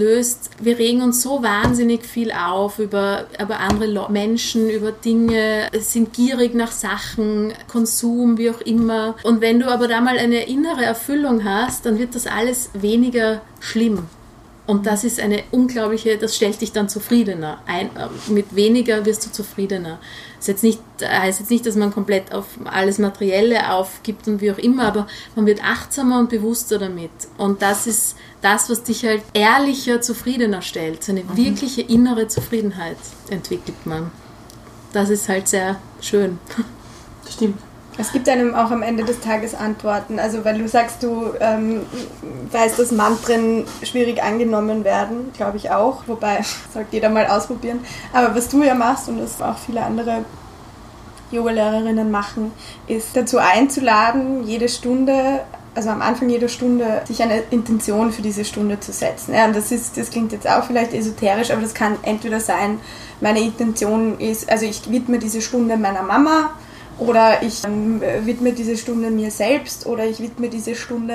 Wir regen uns so wahnsinnig viel auf über andere Menschen, über Dinge, sind gierig nach Sachen, Konsum, wie auch immer. Und wenn du aber da mal eine innere Erfüllung hast, dann wird das alles weniger schlimm. Und das ist das stellt dich dann zufriedener. Mit weniger wirst du zufriedener. Das heißt jetzt nicht, dass man komplett auf alles Materielle aufgibt und wie auch immer, aber man wird achtsamer und bewusster damit. Und das ist das, was dich halt ehrlicher, zufriedener stellt. So eine wirkliche innere Zufriedenheit entwickelt man. Das ist halt sehr schön. Das stimmt. Es gibt einem auch am Ende des Tages Antworten. Also weil du sagst, du weißt, dass Mantren schwierig angenommen werden, glaube ich auch. Wobei, sollte jeder mal ausprobieren. Aber was du ja machst und das auch viele andere Yogalehrerinnen machen, ist dazu einzuladen, jede Stunde, also am Anfang jeder Stunde, sich eine Intention für diese Stunde zu setzen. Ja, und das klingt jetzt auch vielleicht esoterisch, aber das kann entweder sein, meine Intention ist, also ich widme diese Stunde meiner Mama, oder ich widme diese Stunde mir selbst oder ich widme diese Stunde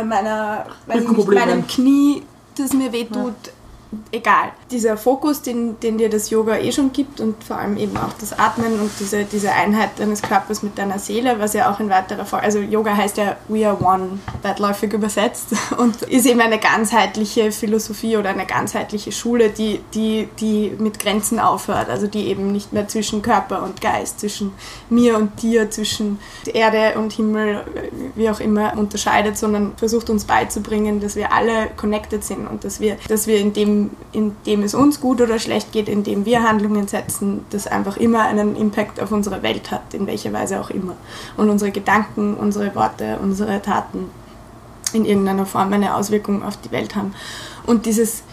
meinem Knie, das mir wehtut. Egal. Dieser Fokus, den dir das Yoga schon gibt und vor allem eben auch das Atmen und diese Einheit deines Körpers mit deiner Seele, was ja auch in weiterer Folge, also Yoga heißt ja We are one, weitläufig übersetzt und ist eben eine ganzheitliche Philosophie oder eine ganzheitliche Schule, die mit Grenzen aufhört, also die eben nicht mehr zwischen Körper und Geist, zwischen mir und dir, zwischen Erde und Himmel, wie auch immer unterscheidet, sondern versucht uns beizubringen, dass wir alle connected sind und dass wir in dem es uns gut oder schlecht geht, in dem wir Handlungen setzen, das einfach immer einen Impact auf unsere Welt hat, in welcher Weise auch immer. Und unsere Gedanken, unsere Worte, unsere Taten in irgendeiner Form eine Auswirkung auf die Welt haben. Und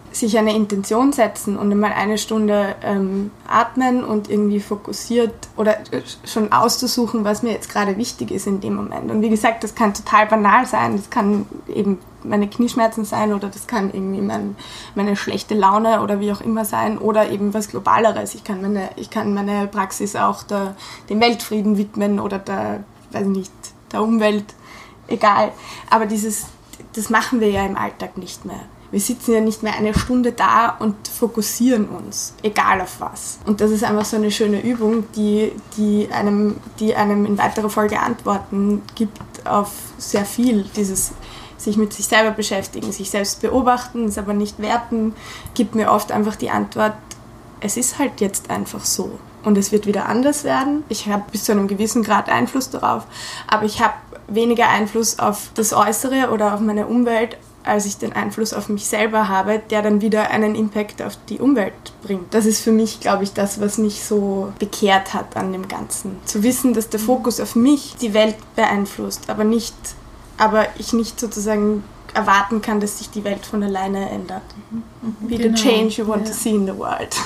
sich eine Intention setzen und einmal eine Stunde atmen und irgendwie fokussiert oder schon auszusuchen, was mir jetzt gerade wichtig ist in dem Moment. Und wie gesagt, das kann total banal sein, das kann eben meine Knieschmerzen sein oder das kann irgendwie meine schlechte Laune oder wie auch immer sein oder eben was Globaleres. Ich kann meine Praxis auch dem Weltfrieden widmen oder der Umwelt, egal. Aber das machen wir ja im Alltag nicht mehr. Wir sitzen ja nicht mehr eine Stunde da und fokussieren uns, egal auf was. Und das ist einfach so eine schöne Übung, die einem in weiterer Folge Antworten gibt auf sehr viel. Dieses sich mit sich selber beschäftigen, sich selbst beobachten, es aber nicht werten, gibt mir oft einfach die Antwort, es ist halt jetzt einfach so. Und es wird wieder anders werden. Ich habe bis zu einem gewissen Grad Einfluss darauf, aber ich habe weniger Einfluss auf das Äußere oder auf meine Umwelt, als ich den Einfluss auf mich selber habe, der dann wieder einen Impact auf die Umwelt bringt. Das ist für mich, glaube ich, das, was mich so bekehrt hat an dem Ganzen. Zu wissen, dass der Fokus auf mich die Welt beeinflusst, aber ich nicht sozusagen erwarten kann, dass sich die Welt von alleine ändert. Be the change you want to see in the world.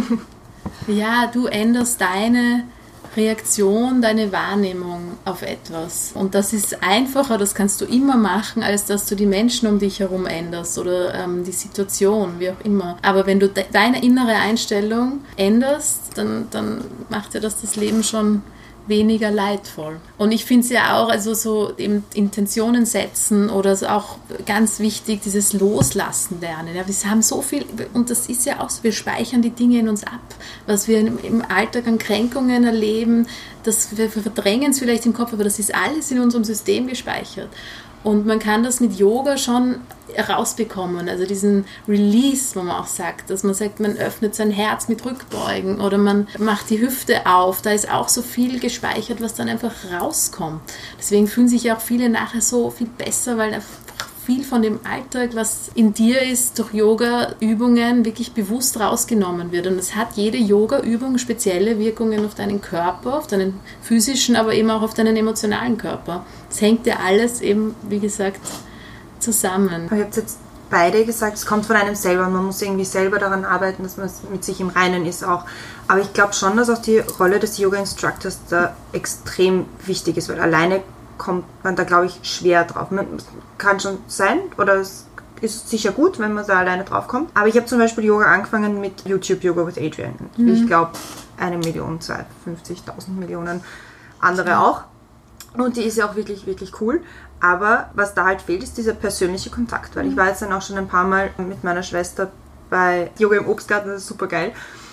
Ja, du änderst deine Reaktion, deine Wahrnehmung auf etwas. Und das ist einfacher, das kannst du immer machen, als dass du die Menschen um dich herum änderst oder die Situation, wie auch immer. Aber wenn du deine innere Einstellung änderst, dann macht dir das Leben schon weniger leidvoll. Und ich finde es ja auch, also so eben Intentionen setzen oder so auch ganz wichtig, dieses Loslassen lernen. Ja, wir haben so viel, und das ist ja auch so, wir speichern die Dinge in uns ab, was wir im Alltag an Kränkungen erleben, wir verdrängen es vielleicht im Kopf, aber das ist alles in unserem System gespeichert. Und man kann das mit Yoga schon rausbekommen, also diesen Release, wo man auch sagt, dass man sagt, man öffnet sein Herz mit Rückbeugen oder man macht die Hüfte auf, da ist auch so viel gespeichert, was dann einfach rauskommt. Deswegen fühlen sich ja auch viele nachher so viel besser, weil einfach viel von dem Alltag, was in dir ist, durch Yoga-Übungen wirklich bewusst rausgenommen wird. Und es hat jede Yoga-Übung spezielle Wirkungen auf deinen Körper, auf deinen physischen, aber eben auch auf deinen emotionalen Körper. Es hängt ja alles eben, wie gesagt, zusammen. Ihr habt jetzt beide gesagt, es kommt von einem selber. Man muss irgendwie selber daran arbeiten, dass man mit sich im Reinen ist auch. Aber ich glaube schon, dass auch die Rolle des Yoga-Instructors da extrem wichtig ist, weil alleine kommt man da, glaube ich, schwer drauf. Kann schon sein, oder es ist sicher gut, wenn man da alleine drauf kommt. Aber ich habe zum Beispiel Yoga angefangen mit YouTube Yoga with Adriene. Ich glaube, 1 Million, 50.000 Millionen andere auch. Und die ist ja auch wirklich, wirklich cool. Aber was da halt fehlt, ist dieser persönliche Kontakt. Weil ich war jetzt dann auch schon ein paar Mal mit meiner Schwester bei Yoga im Obstgarten, das ist super geil.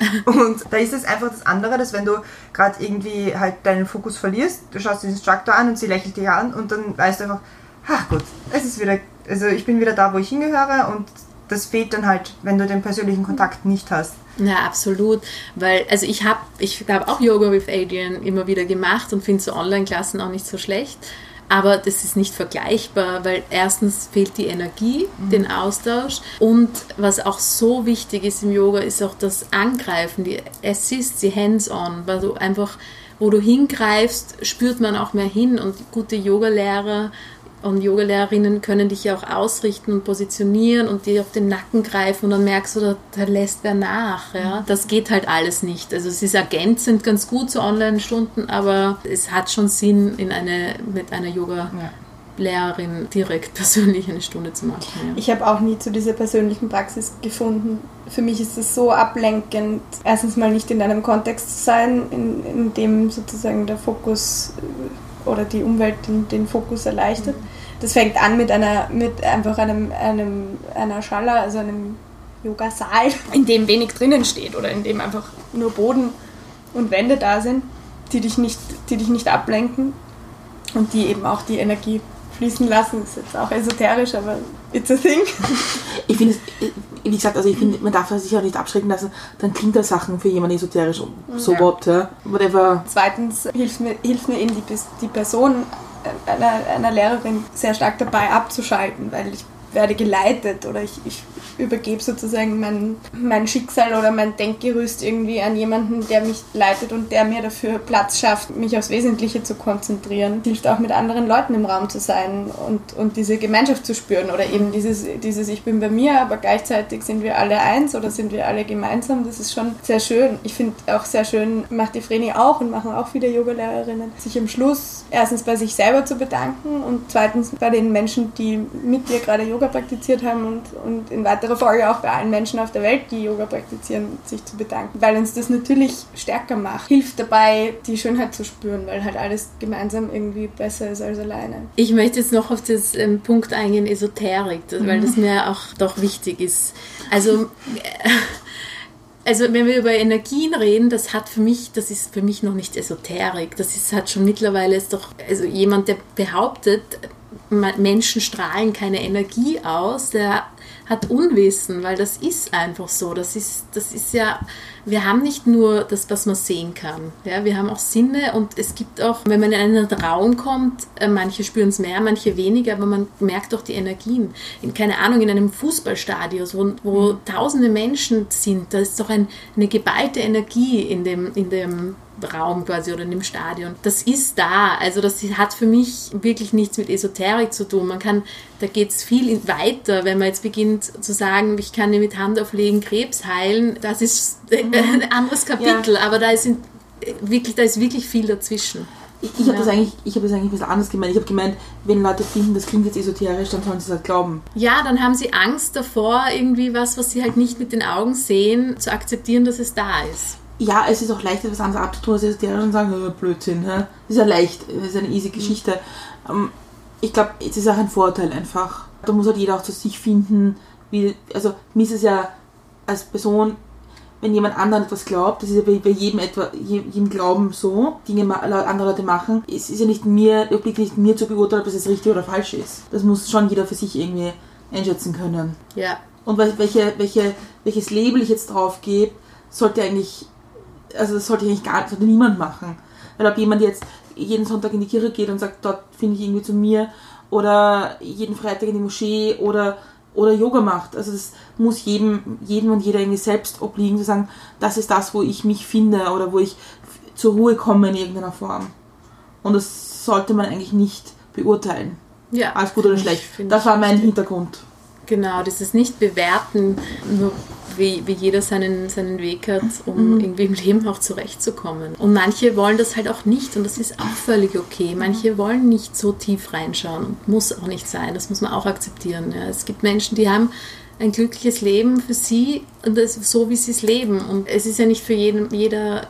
Und da ist es einfach das andere, dass wenn du gerade irgendwie halt deinen Fokus verlierst, du schaust den Instructor an und sie lächelt dich an und dann weißt du einfach, ach gut, es ist wieder, also ich bin wieder da, wo ich hingehöre, und das fehlt dann halt, wenn du den persönlichen Kontakt nicht hast. Ja, absolut, weil also ich habe auch Yoga with Adriene immer wieder gemacht und finde so Online-Klassen auch nicht so schlecht. Aber das ist nicht vergleichbar, weil erstens fehlt die Energie, den Austausch, und was auch so wichtig ist im Yoga, ist auch das Angreifen, die Assist, die Hands-on, weil du einfach, wo du hingreifst, spürt man auch mehr hin, und gute Yogalehrer und Yogalehrerinnen können dich ja auch ausrichten und positionieren und dir auf den Nacken greifen, und dann merkst du, da lässt wer nach. Ja? Das geht halt alles nicht. Also es ist ergänzend ganz gut zu Online-Stunden, aber es hat schon Sinn, mit einer Yoga-Lehrerin direkt persönlich eine Stunde zu machen. Ja. Ich habe auch nie zu dieser persönlichen Praxis gefunden. Für mich ist es so ablenkend, erstens mal nicht in einem Kontext zu sein, in dem sozusagen der Fokus oder die Umwelt den Fokus erleichtert. Das fängt an mit einer Schala, also einem Yogasaal, in dem wenig drinnen steht oder in dem einfach nur Boden und Wände da sind, die dich nicht ablenken und die eben auch die Energie fließen lassen. Das ist jetzt auch esoterisch, aber it's a thing. Ich finde es, wie gesagt, also ich finde, man darf sich auch nicht abschrecken lassen, dann klingt das Sachen für jemanden esoterisch so what, whatever. Zweitens hilft mir eben die Person einer Lehrerin sehr stark dabei abzuschalten, weil ich werde geleitet oder ich übergebe sozusagen mein Schicksal oder mein Denkgerüst irgendwie an jemanden, der mich leitet und der mir dafür Platz schafft, mich aufs Wesentliche zu konzentrieren. Hilft auch mit anderen Leuten im Raum zu sein und diese Gemeinschaft zu spüren oder eben dieses ich bin bei mir, aber gleichzeitig sind wir alle eins oder sind wir alle gemeinsam. Das ist schon sehr schön. Ich finde auch sehr schön, macht die Vreni auch und machen auch viele Yogalehrerinnen, sich am Schluss erstens bei sich selber zu bedanken und zweitens bei den Menschen, die mit dir gerade Yoga praktiziert haben und in weiterer Folge auch bei allen Menschen auf der Welt, die Yoga praktizieren, sich zu bedanken, weil uns das natürlich stärker macht. Hilft dabei, die Schönheit zu spüren, weil halt alles gemeinsam irgendwie besser ist als alleine. Ich möchte jetzt noch auf das Punkt eingehen, Esoterik, weil das mir auch doch wichtig ist. Also wenn wir über Energien reden, das ist für mich noch nicht Esoterik. Hat schon mittlerweile also jemand, der behauptet, Menschen strahlen keine Energie aus, der hat Unwissen, weil das ist einfach so. Das ist ja, wir haben nicht nur das, was man sehen kann. Ja, wir haben auch Sinne und es gibt auch, wenn man in einen Raum kommt, manche spüren es mehr, manche weniger, aber man merkt auch die Energien. In einem Fußballstadion, wo tausende Menschen sind, da ist doch eine geballte Energie in dem Raum quasi oder in dem Stadion. Das ist da. Also das hat für mich wirklich nichts mit Esoterik zu tun. Da geht es viel weiter, wenn man jetzt beginnt zu sagen, ich kann dir mit Hand auflegen Krebs heilen. Das ist ein anderes Kapitel, aber da ist wirklich viel dazwischen. Ich habe das eigentlich ein bisschen anders gemeint. Ich habe gemeint, wenn Leute finden, das klingt jetzt esoterisch, dann sollen sie es halt glauben. Ja, dann haben sie Angst davor, irgendwie was sie halt nicht mit den Augen sehen, zu akzeptieren, dass es da ist. Ja, es ist auch leicht, etwas anderes abzutun, als esoterisch und sagen, Blödsinn. Das ist ja leicht, das ist eine easy Geschichte. Ich glaube, es ist auch ein Vorteil einfach. Da muss halt jeder auch zu sich finden. Mir ist es ja als Person, wenn jemand anderen etwas glaubt, das ist ja bei jedem Glauben so, Dinge andere Leute machen, es ist ja nicht mir zu beurteilen, ob das jetzt richtig oder falsch ist. Das muss schon jeder für sich irgendwie einschätzen können. Ja. Und welches Label ich jetzt drauf gebe, sollte niemand machen. Weil ob jemand jetzt jeden Sonntag in die Kirche geht und sagt, dort finde ich irgendwie zu mir, oder jeden Freitag in die Moschee oder Yoga macht. Also das muss jedem und jeder irgendwie selbst obliegen, zu sagen, das ist das, wo ich mich finde oder wo ich zur Ruhe komme in irgendeiner Form. Und das sollte man eigentlich nicht beurteilen. Ja. Als gut oder schlecht. Das war mein Hintergrund. Genau, das ist nicht bewerten, nur wie jeder seinen Weg hat, um irgendwie im Leben auch zurechtzukommen. Und manche wollen das halt auch nicht und das ist auch völlig okay. Manche wollen nicht so tief reinschauen und muss auch nicht sein, das muss man auch akzeptieren. Ja. Es gibt Menschen, die haben ein glückliches Leben für sie und das ist so, wie sie es leben. Und es ist ja nicht für jeden und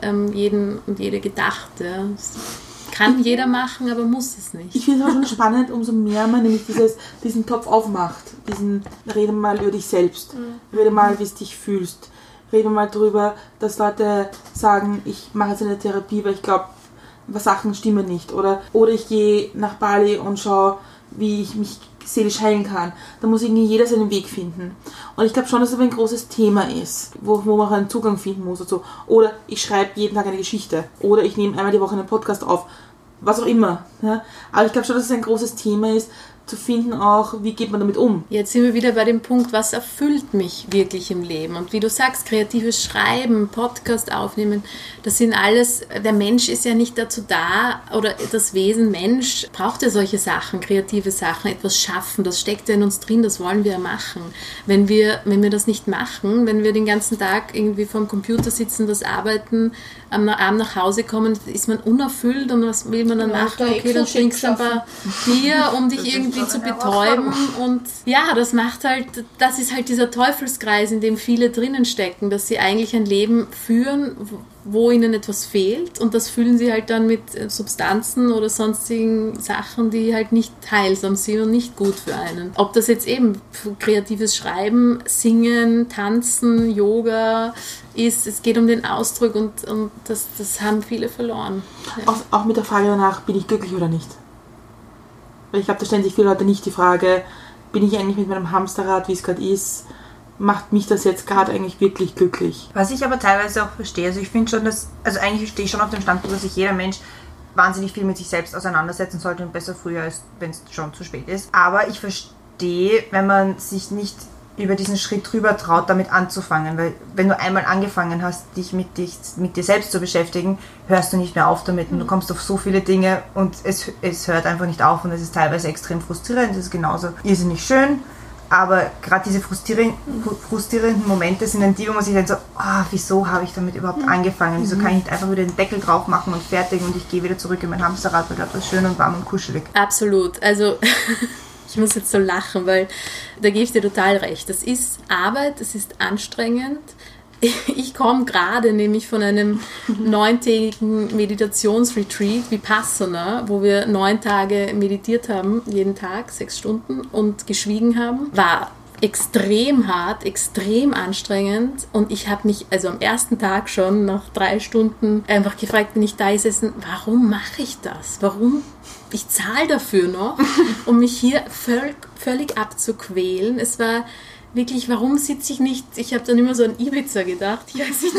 jede gedacht. Ja. Das kann jeder machen, aber muss es nicht. Ich finde es auch schon spannend, umso mehr man nämlich diesen Topf aufmacht. Rede mal über dich selbst. Rede mal, wie es dich fühlst. Rede mal darüber, dass Leute sagen, ich mache jetzt eine Therapie, weil ich glaube, Sachen stimmen nicht. Oder ich gehe nach Bali und schaue, wie ich mich seelisch heilen kann. Da muss irgendwie jeder seinen Weg finden. Und ich glaube schon, dass das ein großes Thema ist, wo man auch einen Zugang finden muss. Dazu. Oder ich schreibe jeden Tag eine Geschichte. Oder ich nehme einmal die Woche einen Podcast auf. Was auch immer. Ja? Aber ich glaube schon, dass es ein großes Thema ist, zu finden auch, wie geht man damit um. Jetzt sind wir wieder bei dem Punkt, was erfüllt mich wirklich im Leben? Und wie du sagst, kreatives Schreiben, Podcast aufnehmen, das sind alles, der Mensch ist ja nicht dazu da, oder das Wesen Mensch braucht ja solche Sachen, kreative Sachen, etwas schaffen, das steckt ja in uns drin, das wollen wir ja machen. Wenn wir das nicht machen, wenn wir den ganzen Tag irgendwie vorm Computer sitzen, das arbeiten, am Abend nach Hause kommen, ist man unerfüllt und was will man dann machen? Okay, dann trinkst du ein paar Bier, um dich irgendwie zu betäuben und ja, das ist halt dieser Teufelskreis, in dem viele drinnen stecken, dass sie eigentlich ein Leben führen, wo ihnen etwas fehlt und das füllen sie halt dann mit Substanzen oder sonstigen Sachen, die halt nicht heilsam sind und nicht gut für einen. Ob das jetzt eben kreatives Schreiben, Singen, Tanzen, Yoga ist, es geht um den Ausdruck und das haben viele verloren. Ja. Auch mit der Frage danach, bin ich glücklich oder nicht? Weil ich glaube, da stellen sich viele Leute nicht die Frage, bin ich eigentlich mit meinem Hamsterrad, wie es gerade ist, macht mich das jetzt gerade eigentlich wirklich glücklich? Was ich aber teilweise auch verstehe, also ich finde schon, eigentlich stehe ich schon auf dem Standpunkt, dass sich jeder Mensch wahnsinnig viel mit sich selbst auseinandersetzen sollte und besser früher, als wenn es schon zu spät ist. Aber ich verstehe Idee, wenn man sich nicht über diesen Schritt drüber traut, damit anzufangen. Weil wenn du einmal angefangen hast, dich mit dir selbst zu beschäftigen, hörst du nicht mehr auf damit und du kommst auf so viele Dinge und es hört einfach nicht auf und es ist teilweise extrem frustrierend, es ist genauso irrsinnig schön, aber gerade diese frustrierenden Momente sind dann die, wo man sich denkt so, wieso habe ich damit überhaupt angefangen? Wieso kann ich nicht einfach wieder den Deckel drauf machen und fertig und ich gehe wieder zurück in mein Hamsterrad, weil dort ist schön und warm und kuschelig. Absolut. Also ich muss jetzt so lachen, weil da gebe ich dir total recht. Das ist Arbeit, das ist anstrengend. Ich komme gerade nämlich von einem 9-tägigen Meditationsretreat Vipassana, wo wir 9 Tage meditiert haben, jeden Tag 6 Stunden und geschwiegen haben. War extrem hart, extrem anstrengend und ich habe mich also am ersten Tag schon nach 3 Stunden einfach gefragt, bin ich da gesessen, warum mache ich das? Warum? Ich zahle dafür noch, um mich hier völlig abzuquälen. Es war wirklich, warum sitze ich nicht, ich habe dann immer so an Ibiza gedacht, ich weiß nicht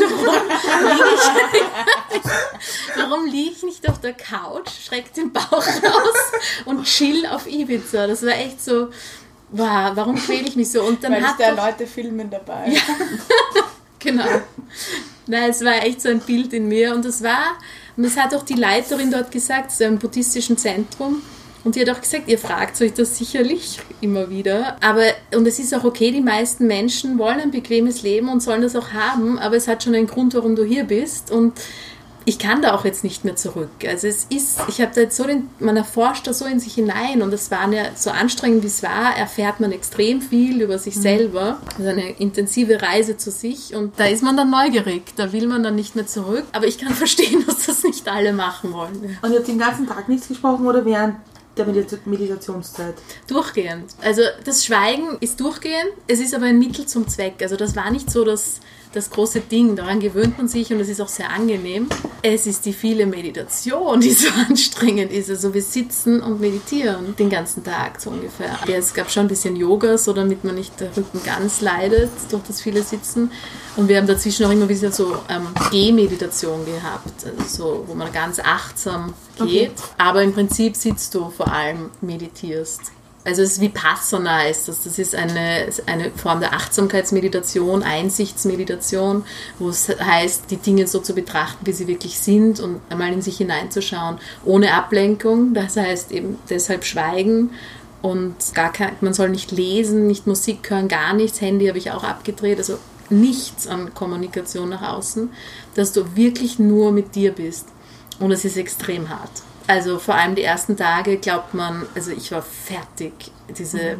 warum liege ich nicht auf der Couch, schreck den Bauch raus und chill auf Ibiza. Das war echt so, wow, warum quäle ich mich so? Und dann weil es da Leute filmen dabei. Ja, genau. Nein, es war echt so ein Bild in mir und das hat auch die Leiterin dort gesagt, so einem buddhistischen Zentrum, und die hat auch gesagt, ihr fragt euch das sicherlich immer wieder, und es ist auch okay, die meisten Menschen wollen ein bequemes Leben und sollen das auch haben, aber es hat schon einen Grund, warum du hier bist und ich kann da auch jetzt nicht mehr zurück. Also ich habe da jetzt man erforscht da so in sich hinein und es war ja so anstrengend wie es war, erfährt man extrem viel über sich selber. Also eine intensive Reise zu sich und da ist man dann neugierig, da will man dann nicht mehr zurück. Aber ich kann verstehen, dass das nicht alle machen wollen. Und ihr habt den ganzen Tag nichts gesprochen oder während der Meditationszeit? Durchgehend. Also das Schweigen ist durchgehend, es ist aber ein Mittel zum Zweck. Also das war nicht so das große Ding, daran gewöhnt man sich und es ist auch sehr angenehm. Es ist die viele Meditation, die so anstrengend ist. Also wir sitzen und meditieren den ganzen Tag so ungefähr. Ja, es gab schon ein bisschen Yoga, so damit man nicht der Rücken ganz leidet durch das viele Sitzen. Und wir haben dazwischen auch immer wieder so Gehmeditation gehabt, also so, wo man ganz achtsam geht. Okay. Aber im Prinzip sitzt du vor allem, meditierst. Also es ist Vipassana heißt das. Das ist eine Form der Achtsamkeitsmeditation, Einsichtsmeditation, wo es heißt, die Dinge so zu betrachten, wie sie wirklich sind und einmal in sich hineinzuschauen, ohne Ablenkung. Das heißt eben deshalb Schweigen und man soll nicht lesen, nicht Musik hören, gar nichts. Handy habe ich auch abgedreht, also nichts an Kommunikation nach außen, dass du wirklich nur mit dir bist. Und es ist extrem hart. Also vor allem die ersten Tage glaubt man, also ich war fertig, diese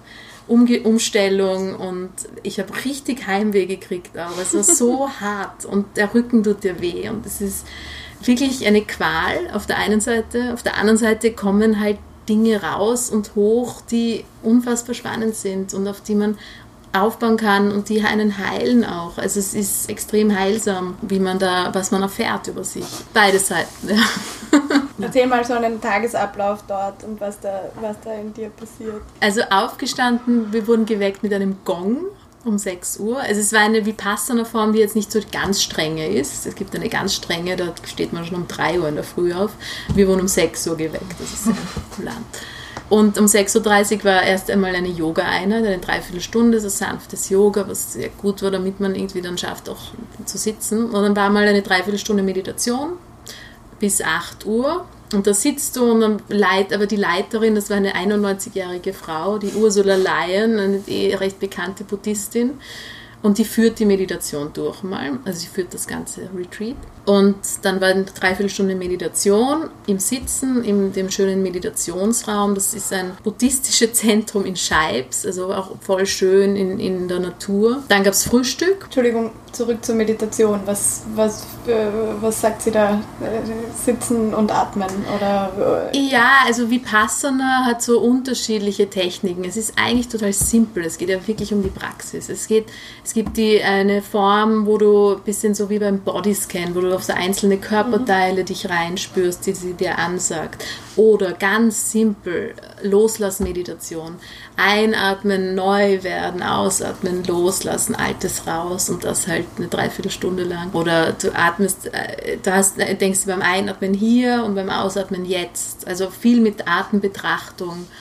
Umstellung und ich habe richtig Heimweh gekriegt, aber es war so hart und der Rücken tut dir weh und es ist wirklich eine Qual auf der einen Seite, auf der anderen Seite kommen halt Dinge raus und hoch, die unfassbar spannend sind und auf die man aufbauen kann und die einen heilen auch. Also es ist extrem heilsam, was man erfährt über sich. Beide Seiten, ja. Erzähl mal so einen Tagesablauf dort und was da in dir passiert. Also aufgestanden, wir wurden geweckt mit einem Gong um 6 Uhr. Also es war eine Vipassana-Form, die jetzt nicht so ganz strenge ist. Es gibt eine ganz strenge, da steht man schon um 3 Uhr in der Früh auf. Wir wurden um 6 Uhr geweckt, das ist sehr kulant. Und um 6.30 Uhr war erst einmal eine Yoga-Einheit, eine Dreiviertelstunde, so sanftes Yoga, was sehr gut war, damit man irgendwie dann schafft, auch zu sitzen. Und dann war mal eine Dreiviertelstunde Meditation bis 8 Uhr. Und da sitzt du und dann aber die Leiterin, das war eine 91-jährige Frau, die Ursula Lyon, eine recht bekannte Buddhistin. Und die führt die Meditation durch mal, also sie führt das ganze Retreat. Und dann war eine Dreiviertelstunde Meditation im Sitzen, in dem schönen Meditationsraum. Das ist ein buddhistisches Zentrum in Scheibs, also auch voll schön in der Natur. Dann gab es Frühstück. Entschuldigung, zurück zur Meditation. Was sagt sie da? Sitzen und atmen? Oder? Ja, also Vipassana hat so unterschiedliche Techniken. Es ist eigentlich total simpel. Es geht ja wirklich um die Praxis. Es gibt eine Form, wo du ein bisschen so wie beim Bodyscan, wo du auf so einzelne Körperteile dich reinspürst, die sie dir ansagt. Oder ganz simpel, Loslassmeditation. Einatmen, neu werden, ausatmen, loslassen, Altes raus und das halt eine Dreiviertelstunde lang. Oder du atmest, denkst du beim Einatmen hier und beim Ausatmen jetzt. Also viel mit Atembetrachtung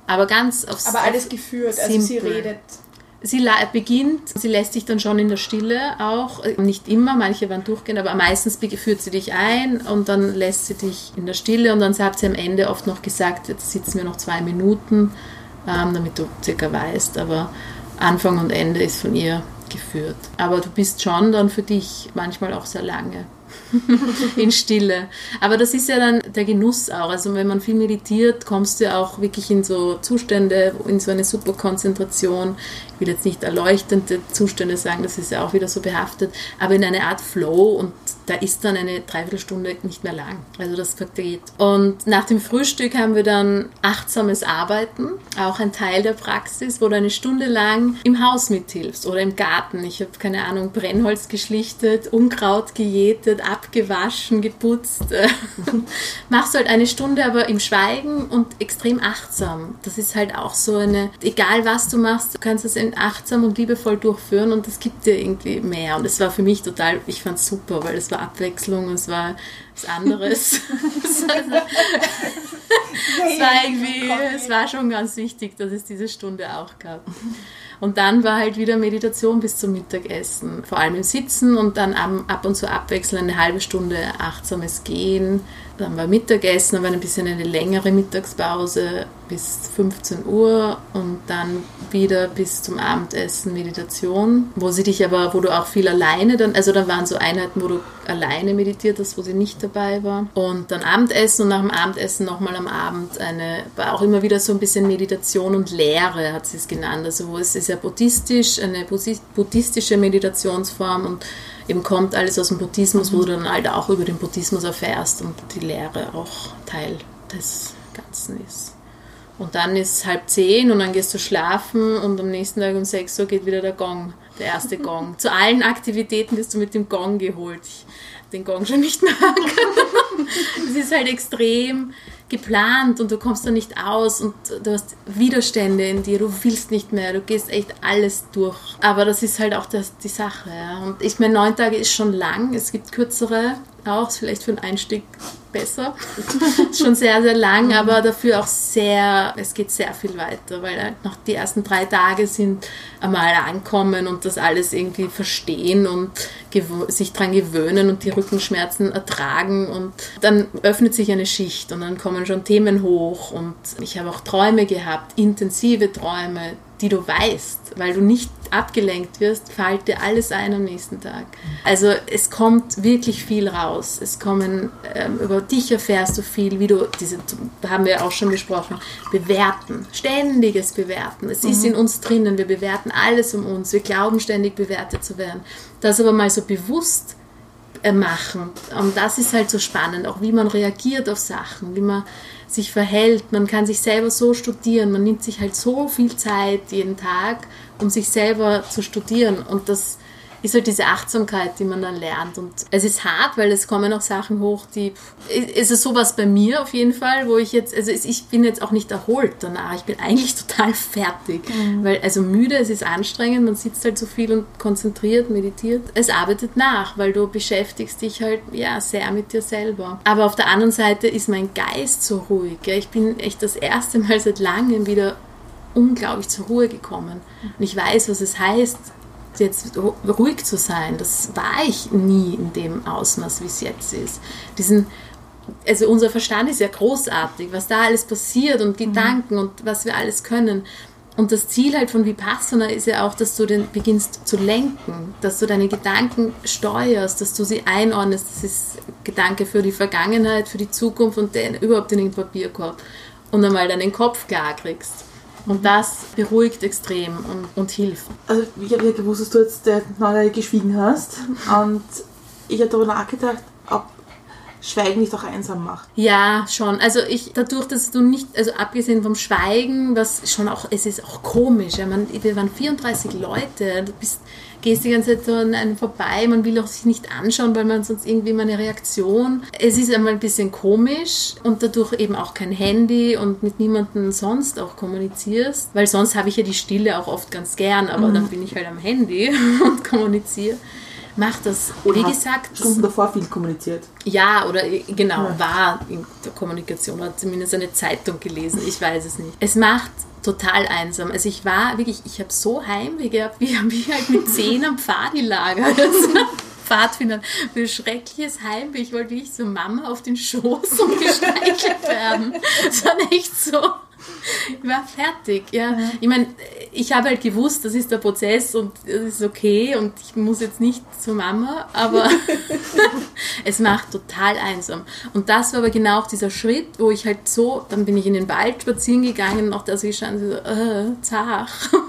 Aber ganz aufs Aber alles geführt, also sie simpel. redet. Sie sie lässt dich dann schon in der Stille auch, nicht immer, manche waren durchgehend, aber meistens führt sie dich ein und dann lässt sie dich in der Stille und dann hat sie am Ende oft noch gesagt, jetzt sitzen wir noch 2 Minuten, damit du circa weißt, aber Anfang und Ende ist von ihr geführt. Aber du bist schon dann für dich manchmal auch sehr lange in Stille. Aber das ist ja dann der Genuss auch. Also wenn man viel meditiert, kommst du ja auch wirklich in so Zustände, in so eine super Konzentration. Ich will jetzt nicht erleuchtende Zustände sagen, das ist ja auch wieder so behaftet, aber in eine Art Flow und da ist dann eine Dreiviertelstunde nicht mehr lang. Also das vergeht. Und nach dem Frühstück haben wir dann achtsames Arbeiten, auch ein Teil der Praxis, wo du eine Stunde lang im Haus mithilfst oder im Garten. Ich habe, keine Ahnung, Brennholz geschlichtet, Unkraut gejätet, abgewaschen, geputzt. Machst du halt eine Stunde, aber im Schweigen und extrem achtsam. Das ist halt auch so egal was du machst, du kannst es achtsam und liebevoll durchführen und das gibt dir irgendwie mehr. Und es war für mich total, ich fand es super, weil es war Abwechslung, es war was anderes. Es war schon ganz wichtig, dass es diese Stunde auch gab. Und dann war halt wieder Meditation bis zum Mittagessen, vor allem im Sitzen und dann ab und zu abwechselnd eine halbe Stunde achtsames Gehen. Dann war Mittagessen, dann war ein bisschen eine längere Mittagspause bis 15 Uhr und dann wieder bis zum Abendessen Meditation, wo du auch viel alleine dann waren so Einheiten, wo du alleine meditiert hast, wo sie nicht dabei war. Und dann Abendessen und nach dem Abendessen nochmal am Abend war auch immer wieder so ein bisschen Meditation und Lehre, hat sie es genannt. Also es ist ja buddhistisch, eine buddhistische Meditationsform und eben kommt alles aus dem Buddhismus, wo du dann halt auch über den Buddhismus erfährst und die Lehre auch Teil des Ganzen ist. Und dann ist 9:30 und dann gehst du schlafen und am nächsten Tag um 6 Uhr geht wieder der Gong, der erste Gong. Zu allen Aktivitäten wirst du mit dem Gong geholt. Ich den Gong schon nicht mag. Es ist halt extrem geplant und du kommst da nicht aus und du hast Widerstände in dir, du willst nicht mehr, du gehst echt alles durch. Aber das ist halt auch die Sache. Ja. Und ich meine, 9 Tage ist schon lang, es gibt kürzere auch, ist vielleicht für den Einstieg besser. Ist schon sehr, sehr lang, aber dafür auch es geht sehr viel weiter, weil halt noch die ersten 3 Tage sind einmal ankommen und das alles irgendwie verstehen und sich dran gewöhnen und die Rückenschmerzen ertragen und dann öffnet sich eine Schicht und dann kommen schon Themen hoch und ich habe auch Träume gehabt, intensive Träume, die du weißt, weil du nicht abgelenkt wirst, fällt dir alles ein am nächsten Tag. Also es kommt wirklich viel raus. Über dich erfährst du viel, wie du haben wir auch schon besprochen, bewerten, ständiges Bewerten. Es ist in uns drinnen, wir bewerten alles um uns, wir glauben ständig bewertet zu werden. Das aber mal so bewusst machen. Und das ist halt so spannend, auch wie man reagiert auf Sachen, wie man sich verhält. Man kann sich selber so studieren, man nimmt sich halt so viel Zeit jeden Tag, um sich selber zu studieren und das ist halt diese Achtsamkeit, die man dann lernt und es ist hart, weil es kommen auch Sachen hoch, es ist sowas bei mir auf jeden Fall, wo ich bin jetzt auch nicht erholt danach, ich bin eigentlich total fertig, weil müde, es ist anstrengend, man sitzt halt so viel und konzentriert, meditiert, es arbeitet nach, weil du beschäftigst dich halt sehr mit dir selber, aber auf der anderen Seite ist mein Geist so ruhig, ich bin echt das erste Mal seit langem wieder unglaublich zur Ruhe gekommen und ich weiß, was es heißt, jetzt ruhig zu sein, das war ich nie in dem Ausmaß, wie es jetzt ist. Unser Verstand ist ja großartig, was da alles passiert und Gedanken und was wir alles können. Und das Ziel halt von Vipassana ist ja auch, dass du beginnst zu lenken, dass du deine Gedanken steuerst, dass du sie einordnest. Das ist Gedanke für die Vergangenheit, für die Zukunft und überhaupt in den Papierkorb. Und einmal deinen Kopf klar kriegst. Und das beruhigt extrem und hilft. Also ich habe ja gewusst, dass du jetzt 9 Tage geschwiegen hast. Und ich habe darüber nachgedacht, ob Schweigen nicht auch einsam macht. Ja, schon. Also dadurch, dass du nicht, abgesehen vom Schweigen, es ist auch komisch. Ja, wir waren 34 Leute, gehst die ganze Zeit an einem vorbei, man will auch sich nicht anschauen, weil man sonst irgendwie mal eine Reaktion. Es ist einmal ein bisschen komisch und dadurch eben auch kein Handy und mit niemandem sonst auch kommunizierst, weil sonst habe ich ja die Stille auch oft ganz gern, aber dann bin ich halt am Handy und kommuniziere. mache das, Oder wie hast gesagt, Stunden davor viel kommuniziert. ja, oder genau, war in der Kommunikation, hat zumindest eine Zeitung gelesen, ich weiß es nicht. Es macht total einsam. Also ich war wirklich, ich habe so Heimweh gehabt, wie halt mit 10 am Pfadilager. Pfadfindern, für schreckliches Heimweh. Ich wollte wirklich so Mama auf den Schoß und gestreichelt werden. Das war echt so. Ich war fertig, ja. Ich meine, ich habe halt gewusst, das ist der Prozess und das ist okay und ich muss jetzt nicht zur Mama, aber es macht total einsam. Und das war aber genau auch dieser Schritt, wo ich halt so, dann bin ich in den Wald spazieren gegangen und auch da so gestanden, so, zach.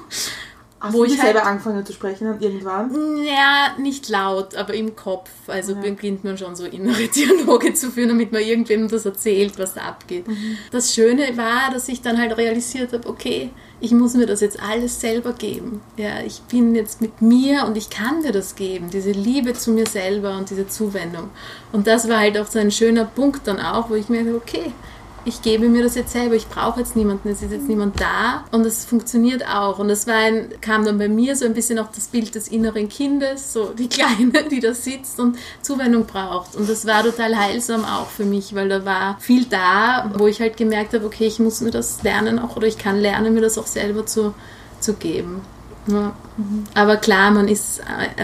Hast Wo du ich selber angefangen zu sprechen dann irgendwann? Ja, nicht laut, aber im Kopf. Also beginnt man schon so innere Dialoge zu führen, damit man irgendwem das erzählt, was da abgeht. Das Schöne war, dass ich dann halt realisiert habe, okay, ich muss mir das jetzt alles selber geben. Ja, ich bin jetzt mit mir und ich kann mir das geben, diese Liebe zu mir selber und diese Zuwendung. Und das war halt auch so ein schöner Punkt dann auch, wo ich mir dachte, okay, ich gebe mir das jetzt selber, ich brauche jetzt niemanden, es ist jetzt niemand da und es funktioniert auch. Und das kam dann bei mir so ein bisschen auch das Bild des inneren Kindes, so die Kleine, die da sitzt und Zuwendung braucht. Und das war total heilsam auch für mich, weil da war viel da, wo ich halt gemerkt habe, okay, ich muss mir das lernen auch, oder ich kann lernen, mir das auch selber zu geben. Ja. Aber klar, man ist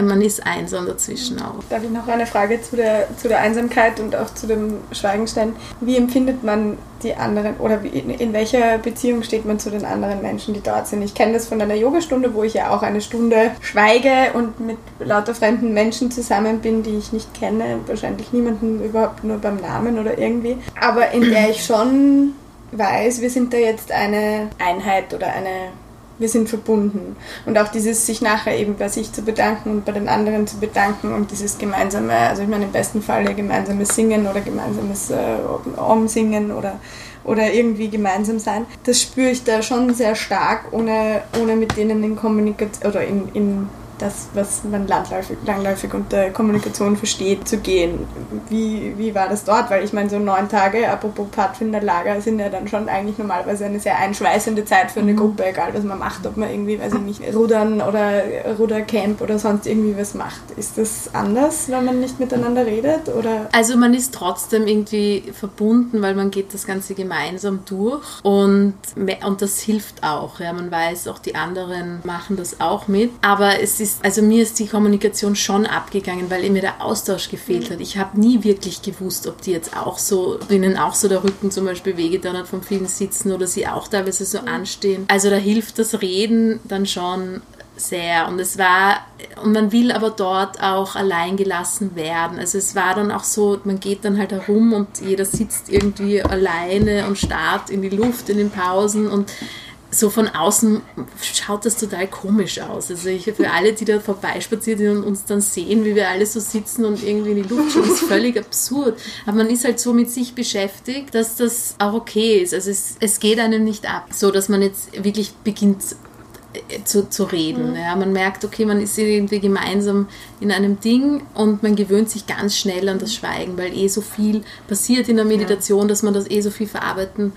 einsam dazwischen auch. Darf ich noch eine Frage zu der Einsamkeit und auch zu dem Schweigen stellen? Wie empfindet man die anderen oder in welcher Beziehung steht man zu den anderen Menschen, die dort sind? Ich kenne das von einer Yogastunde, wo ich ja auch eine Stunde schweige und mit lauter fremden Menschen zusammen bin, die ich nicht kenne, wahrscheinlich niemanden überhaupt nur beim Namen oder irgendwie, aber in der ich schon weiß, wir sind da jetzt eine Einheit oder wir sind verbunden. Und auch dieses sich nachher eben bei sich zu bedanken und bei den anderen zu bedanken und dieses gemeinsame, also ich meine im besten Fall ja gemeinsames Singen oder gemeinsames Om-Singen oder irgendwie gemeinsam sein, das spüre ich da schon sehr stark, ohne mit denen in Kommunikation oder in das, was man langläufig unter Kommunikation versteht, zu gehen. Wie war das dort? Weil ich meine, so 9 Tage, apropos Pfadfinderlager, sind ja dann schon eigentlich normalerweise eine sehr einschweißende Zeit für eine Gruppe, egal was man macht, ob man irgendwie, weiß ich nicht, Rudern oder Rudercamp oder sonst irgendwie was macht. Ist das anders, wenn man nicht miteinander redet? Oder? Also man ist trotzdem irgendwie verbunden, weil man geht das Ganze gemeinsam durch und das hilft auch. Ja. Man weiß, auch die anderen machen das auch mit. Aber mir ist die Kommunikation schon abgegangen, weil mir der Austausch gefehlt hat. Ich habe nie wirklich gewusst, ob die jetzt auch so, denen auch so der Rücken zum Beispiel wehgetan hat vom vielen Sitzen oder sie auch teilweise so anstehen. Also da hilft das Reden dann schon sehr. Und man will aber dort auch allein gelassen werden. Also es war dann auch so, man geht dann halt herum und jeder sitzt irgendwie alleine und starrt in die Luft in den Pausen und so von außen schaut das total komisch aus. Also für alle, die da vorbeispaziert sind und uns dann sehen, wie wir alle so sitzen und irgendwie in die Luft schauen, ist völlig absurd. Aber man ist halt so mit sich beschäftigt, dass das auch okay ist. Also es geht einem nicht ab, so dass man jetzt wirklich beginnt zu reden. Ja, man merkt, okay, man ist irgendwie gemeinsam in einem Ding und man gewöhnt sich ganz schnell an das Schweigen, weil so viel passiert in der Meditation, dass man das so viel verarbeiten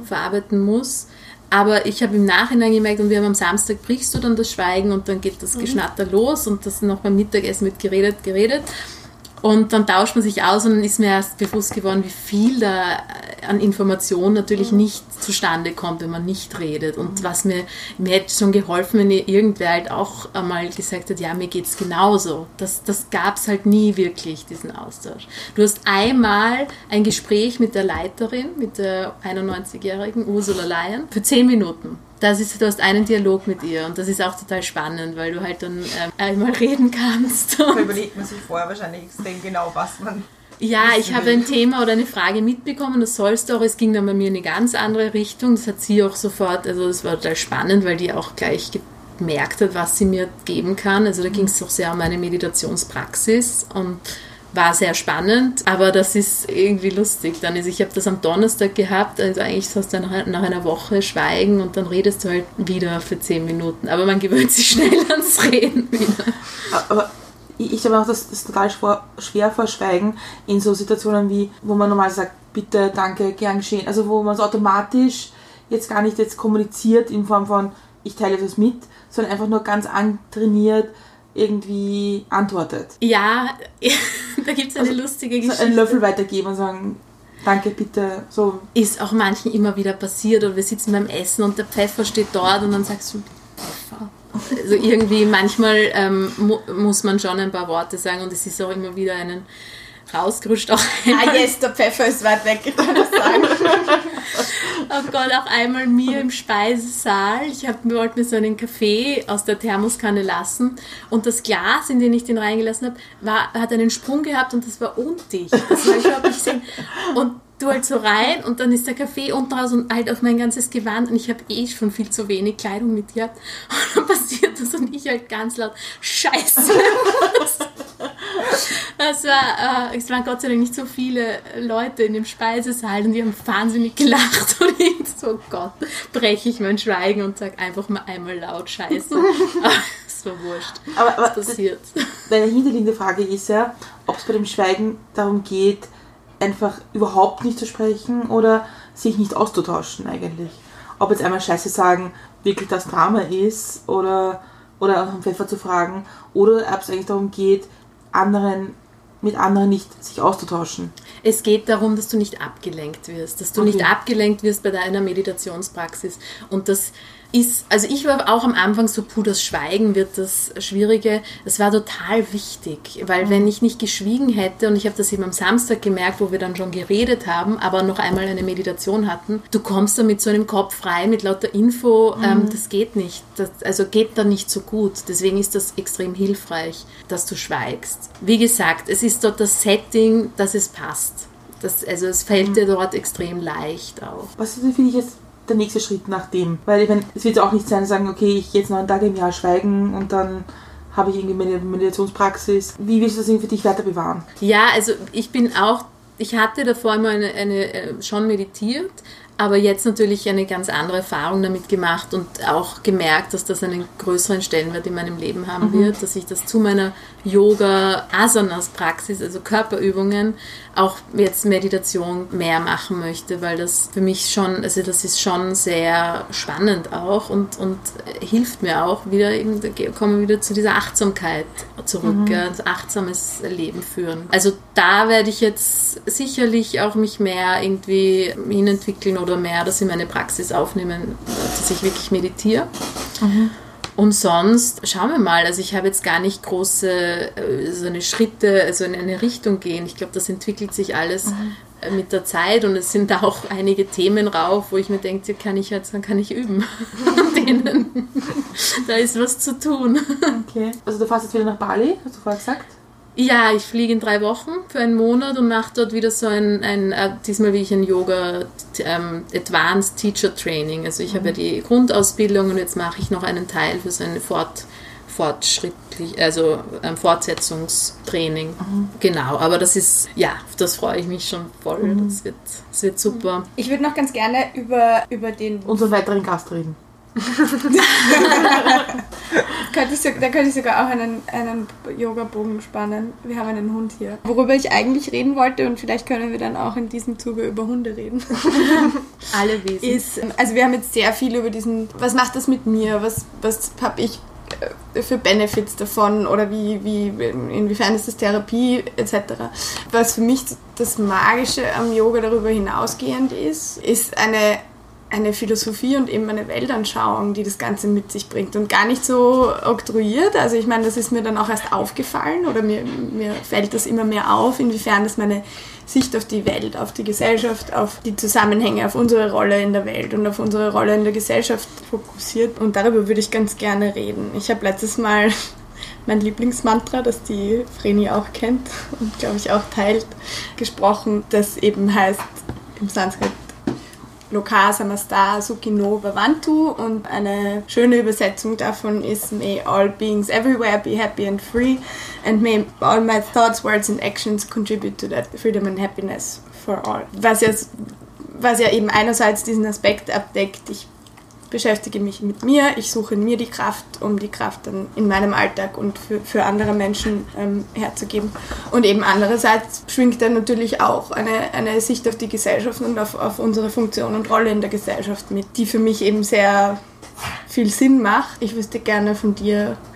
muss. Aber ich habe im Nachhinein gemerkt, und wir haben am Samstag brichst du dann das Schweigen und dann geht das Geschnatter los und das noch beim Mittagessen wird geredet. Und dann tauscht man sich aus und dann ist mir erst bewusst geworden, wie viel da an Information natürlich nicht zustande kommt, wenn man nicht redet. Und was mir hätte schon geholfen, wenn irgendwer halt auch einmal gesagt hat, ja, mir geht's genauso. Das gab es halt nie wirklich, diesen Austausch. Du hast einmal ein Gespräch mit der Leiterin, mit der 91-jährigen Ursula Leyen, für 10 Minuten. Du hast einen Dialog mit ihr und das ist auch total spannend, weil du halt dann einmal reden kannst. Da überlegt man sich vorher wahrscheinlich extrem genau, was man... Ja, ich habe ein Thema oder eine Frage mitbekommen, das sollst du auch, es ging dann bei mir in eine ganz andere Richtung, das hat sie auch sofort, also das war total spannend, weil die auch gleich gemerkt hat, was sie mir geben kann, also da ging es auch sehr um meine Meditationspraxis und war sehr spannend, aber das ist irgendwie lustig. Dann ich habe das am Donnerstag gehabt, also eigentlich hast du nach einer Woche Schweigen und dann redest du halt wieder für 10 Minuten, aber man gewöhnt sich schnell ans Reden wieder. Aber ich habe auch das total schwer vor Schweigen in so Situationen wie, wo man normal sagt, bitte, danke, gern geschehen, also wo man so automatisch jetzt gar nicht kommuniziert in Form von, ich teile etwas mit, sondern einfach nur ganz antrainiert, irgendwie antwortet. Ja, da gibt es eine lustige So Geschichte. einen Löffel weitergeben und sagen, danke, bitte, so. Ist auch manchen immer wieder passiert, oder wir sitzen beim Essen und der Pfeffer steht dort und dann sagst du, Pfeffer. Also irgendwie manchmal muss man schon ein paar Worte sagen und es ist auch immer wieder einen rausgerutscht. Auch yes, der Pfeffer ist weit weg, ich kann das sagen. Oh Gott, auch einmal mir im Speisesaal. Ich wollte mir so einen Kaffee aus der Thermoskanne lassen und das Glas, in den ich den reingelassen habe, hat einen Sprung gehabt und das war undicht. Das habe ich überhaupt nicht gesehen. Und du halt so rein und dann ist der Kaffee unten raus und halt auf mein ganzes Gewand und ich habe schon viel zu wenig Kleidung mit gehabt. Und dann passiert das und ich halt ganz laut, Scheiße! Es waren Gott sei Dank nicht so viele Leute in dem Speisesaal und die haben wahnsinnig gelacht und ich so, Gott, breche ich mein Schweigen und sage einfach mal einmal laut Scheiße. Das war wurscht. Aber was passiert. Deine hinterliegende Frage ist ja, ob es bei dem Schweigen darum geht, einfach überhaupt nicht zu sprechen oder sich nicht auszutauschen eigentlich. Ob jetzt einmal Scheiße sagen wirklich das Drama ist oder nach dem Pfeffer zu fragen oder ob es eigentlich darum geht, mit anderen nicht sich auszutauschen. Es geht darum, dass du nicht abgelenkt wirst, nicht abgelenkt wirst bei deiner Meditationspraxis. Und das ist, also ich war auch am Anfang so, das Schweigen wird das Schwierige. Das war total wichtig, weil wenn ich nicht geschwiegen hätte, und ich habe das eben am Samstag gemerkt, wo wir dann schon geredet haben, aber noch einmal eine Meditation hatten, du kommst da mit so einem Kopf rein, mit lauter Info, das geht nicht. Also geht dann nicht so gut. Deswegen ist das extrem hilfreich, dass du schweigst. Wie gesagt, es ist dort das Setting, dass es passt. Also es fällt dir dort extrem leicht auch. Was ist, finde ich, jetzt der nächste Schritt nach dem? Weil ich meine, es wird auch nicht sein, sagen, okay, ich jetzt 9 Tage im Jahr schweigen und dann habe ich irgendwie meine Meditationspraxis. Wie willst du das für dich weiter bewahren? Ja, also ich hatte davor immer schon meditiert, aber jetzt natürlich eine ganz andere Erfahrung damit gemacht und auch gemerkt, dass das einen größeren Stellenwert in meinem Leben haben wird, dass ich das zu meiner Yoga-Asanas-Praxis, also Körperübungen, auch jetzt Meditation mehr machen möchte, weil das für mich schon, also das ist schon sehr spannend auch und hilft mir auch wieder, eben, da kommen wir wieder zu dieser Achtsamkeit zurück, ja, ein achtsames Leben führen. Also da werde ich jetzt sicherlich auch mich mehr irgendwie hinentwickeln oder mehr das in meine Praxis aufnehmen, dass ich wirklich meditiere. Und sonst, schauen wir mal, also ich habe jetzt gar nicht große so eine Schritte, also in eine Richtung gehen. Ich glaube, das entwickelt sich alles mit der Zeit und es sind da auch einige Themen rauf, wo ich mir denke, dann kann ich üben. Denen. Da ist was zu tun. Okay. Also du fährst jetzt wieder nach Bali, hast du vorher gesagt? Ja, ich fliege in 3 Wochen für einen Monat und mache dort wieder so diesmal wie ich ein Yoga Advanced Teacher Training. Also ich habe ja die Grundausbildung und jetzt mache ich noch einen Teil für so eine Fortsetzungstraining. Genau, aber das ist, ja, das freue ich mich schon voll. Das wird super. Ich würde noch ganz gerne über unseren weiteren Gast reden. Da könnte ich sogar auch einen Yoga-Bogen spannen. Wir haben einen Hund hier. Worüber ich eigentlich reden wollte, und vielleicht können wir dann auch in diesem Zuge über Hunde reden. Alle Wesen. Also wir haben jetzt sehr viel über was macht das mit mir, was habe ich für Benefits davon oder inwiefern ist das Therapie etc. Was für mich das Magische am Yoga darüber hinausgehend ist eine Philosophie und eben eine Weltanschauung, die das Ganze mit sich bringt und gar nicht so oktroyiert. Also ich meine, das ist mir dann auch erst aufgefallen oder mir fällt das immer mehr auf, inwiefern das meine Sicht auf die Welt, auf die Gesellschaft, auf die Zusammenhänge, auf unsere Rolle in der Welt und auf unsere Rolle in der Gesellschaft fokussiert. Und darüber würde ich ganz gerne reden. Ich habe letztes Mal mein Lieblingsmantra, das die Vreni auch kennt und glaube ich auch teilt, gesprochen, das eben heißt im Sanskrit Loka Samasta Sukhino Bhavantu und eine schöne Übersetzung davon ist May all beings everywhere be happy and free and may all my thoughts, words and actions contribute to that freedom and happiness for all. Was ja eben einerseits diesen Aspekt abdeckt, ich beschäftige mich mit mir, ich suche in mir die Kraft, um die Kraft dann in meinem Alltag und für andere Menschen herzugeben. Und eben andererseits schwingt dann natürlich auch eine Sicht auf die Gesellschaft und auf unsere Funktion und Rolle in der Gesellschaft mit, die für mich eben sehr viel Sinn macht. Ich wüsste gerne von dir,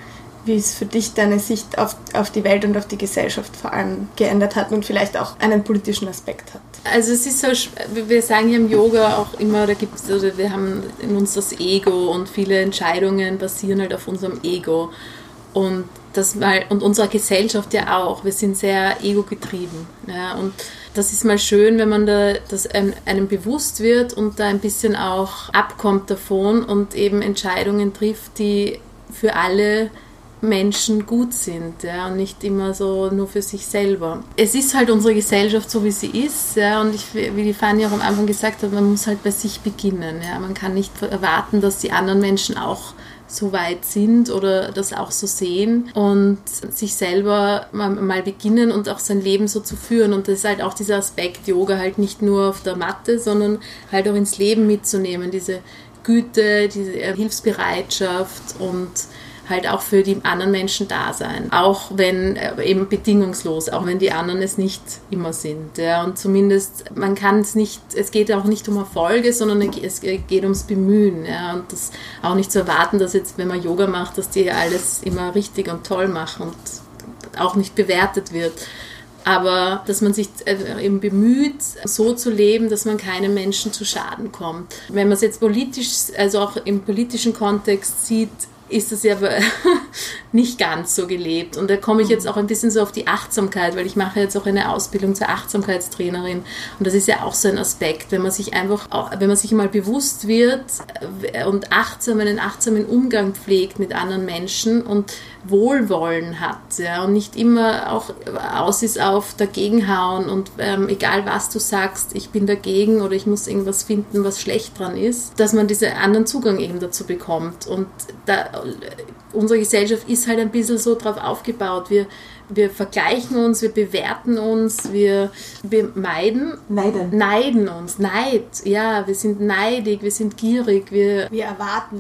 wie es für dich deine Sicht auf die Welt und auf die Gesellschaft vor allem geändert hat und vielleicht auch einen politischen Aspekt hat. Also es ist so, wir sagen hier im Yoga auch immer, wir haben in uns das Ego und viele Entscheidungen basieren halt auf unserem Ego. Und unserer Gesellschaft ja auch. Wir sind sehr ego-getrieben. Ja, und das ist mal schön, wenn man das einem bewusst wird und da ein bisschen auch abkommt davon und eben Entscheidungen trifft, die für alle Menschen gut sind, ja, und nicht immer so nur für sich selber. Es ist halt unsere Gesellschaft so, wie sie ist, ja, und wie die Fanny auch am Anfang gesagt hat, man muss halt bei sich beginnen. Ja. Man kann nicht erwarten, dass die anderen Menschen auch so weit sind oder das auch so sehen und sich selber mal beginnen und auch sein Leben so zu führen. Und das ist halt auch dieser Aspekt, Yoga halt nicht nur auf der Matte, sondern halt auch ins Leben mitzunehmen, diese Güte, diese Hilfsbereitschaft und halt auch für die anderen Menschen da sein. Auch wenn, eben bedingungslos, auch wenn die anderen es nicht immer sind. Ja. Und zumindest, man kann es nicht, es geht auch nicht um Erfolge, sondern es geht ums Bemühen. Ja. Und das auch nicht zu erwarten, dass jetzt, wenn man Yoga macht, dass die alles immer richtig und toll machen und auch nicht bewertet wird. Aber dass man sich eben bemüht, so zu leben, dass man keinem Menschen zu Schaden kommt. Wenn man es jetzt politisch, also auch im politischen Kontext sieht, ist das ja nicht ganz so gelebt. Und da komme ich jetzt auch ein bisschen so auf die Achtsamkeit, weil ich mache jetzt auch eine Ausbildung zur Achtsamkeitstrainerin. Und das ist ja auch so ein Aspekt, wenn man sich mal bewusst wird und einen achtsamen Umgang pflegt mit anderen Menschen und Wohlwollen hat, ja, und nicht immer auch aus ist auf dagegenhauen und egal was du sagst, ich bin dagegen oder ich muss irgendwas finden, was schlecht dran ist, dass man diesen anderen Zugang eben dazu bekommt. Und unsere Gesellschaft ist halt ein bisschen so drauf aufgebaut, wir vergleichen uns, wir bewerten uns, wir neiden uns. Neid, ja, wir sind neidig, wir sind gierig, wir erwarten.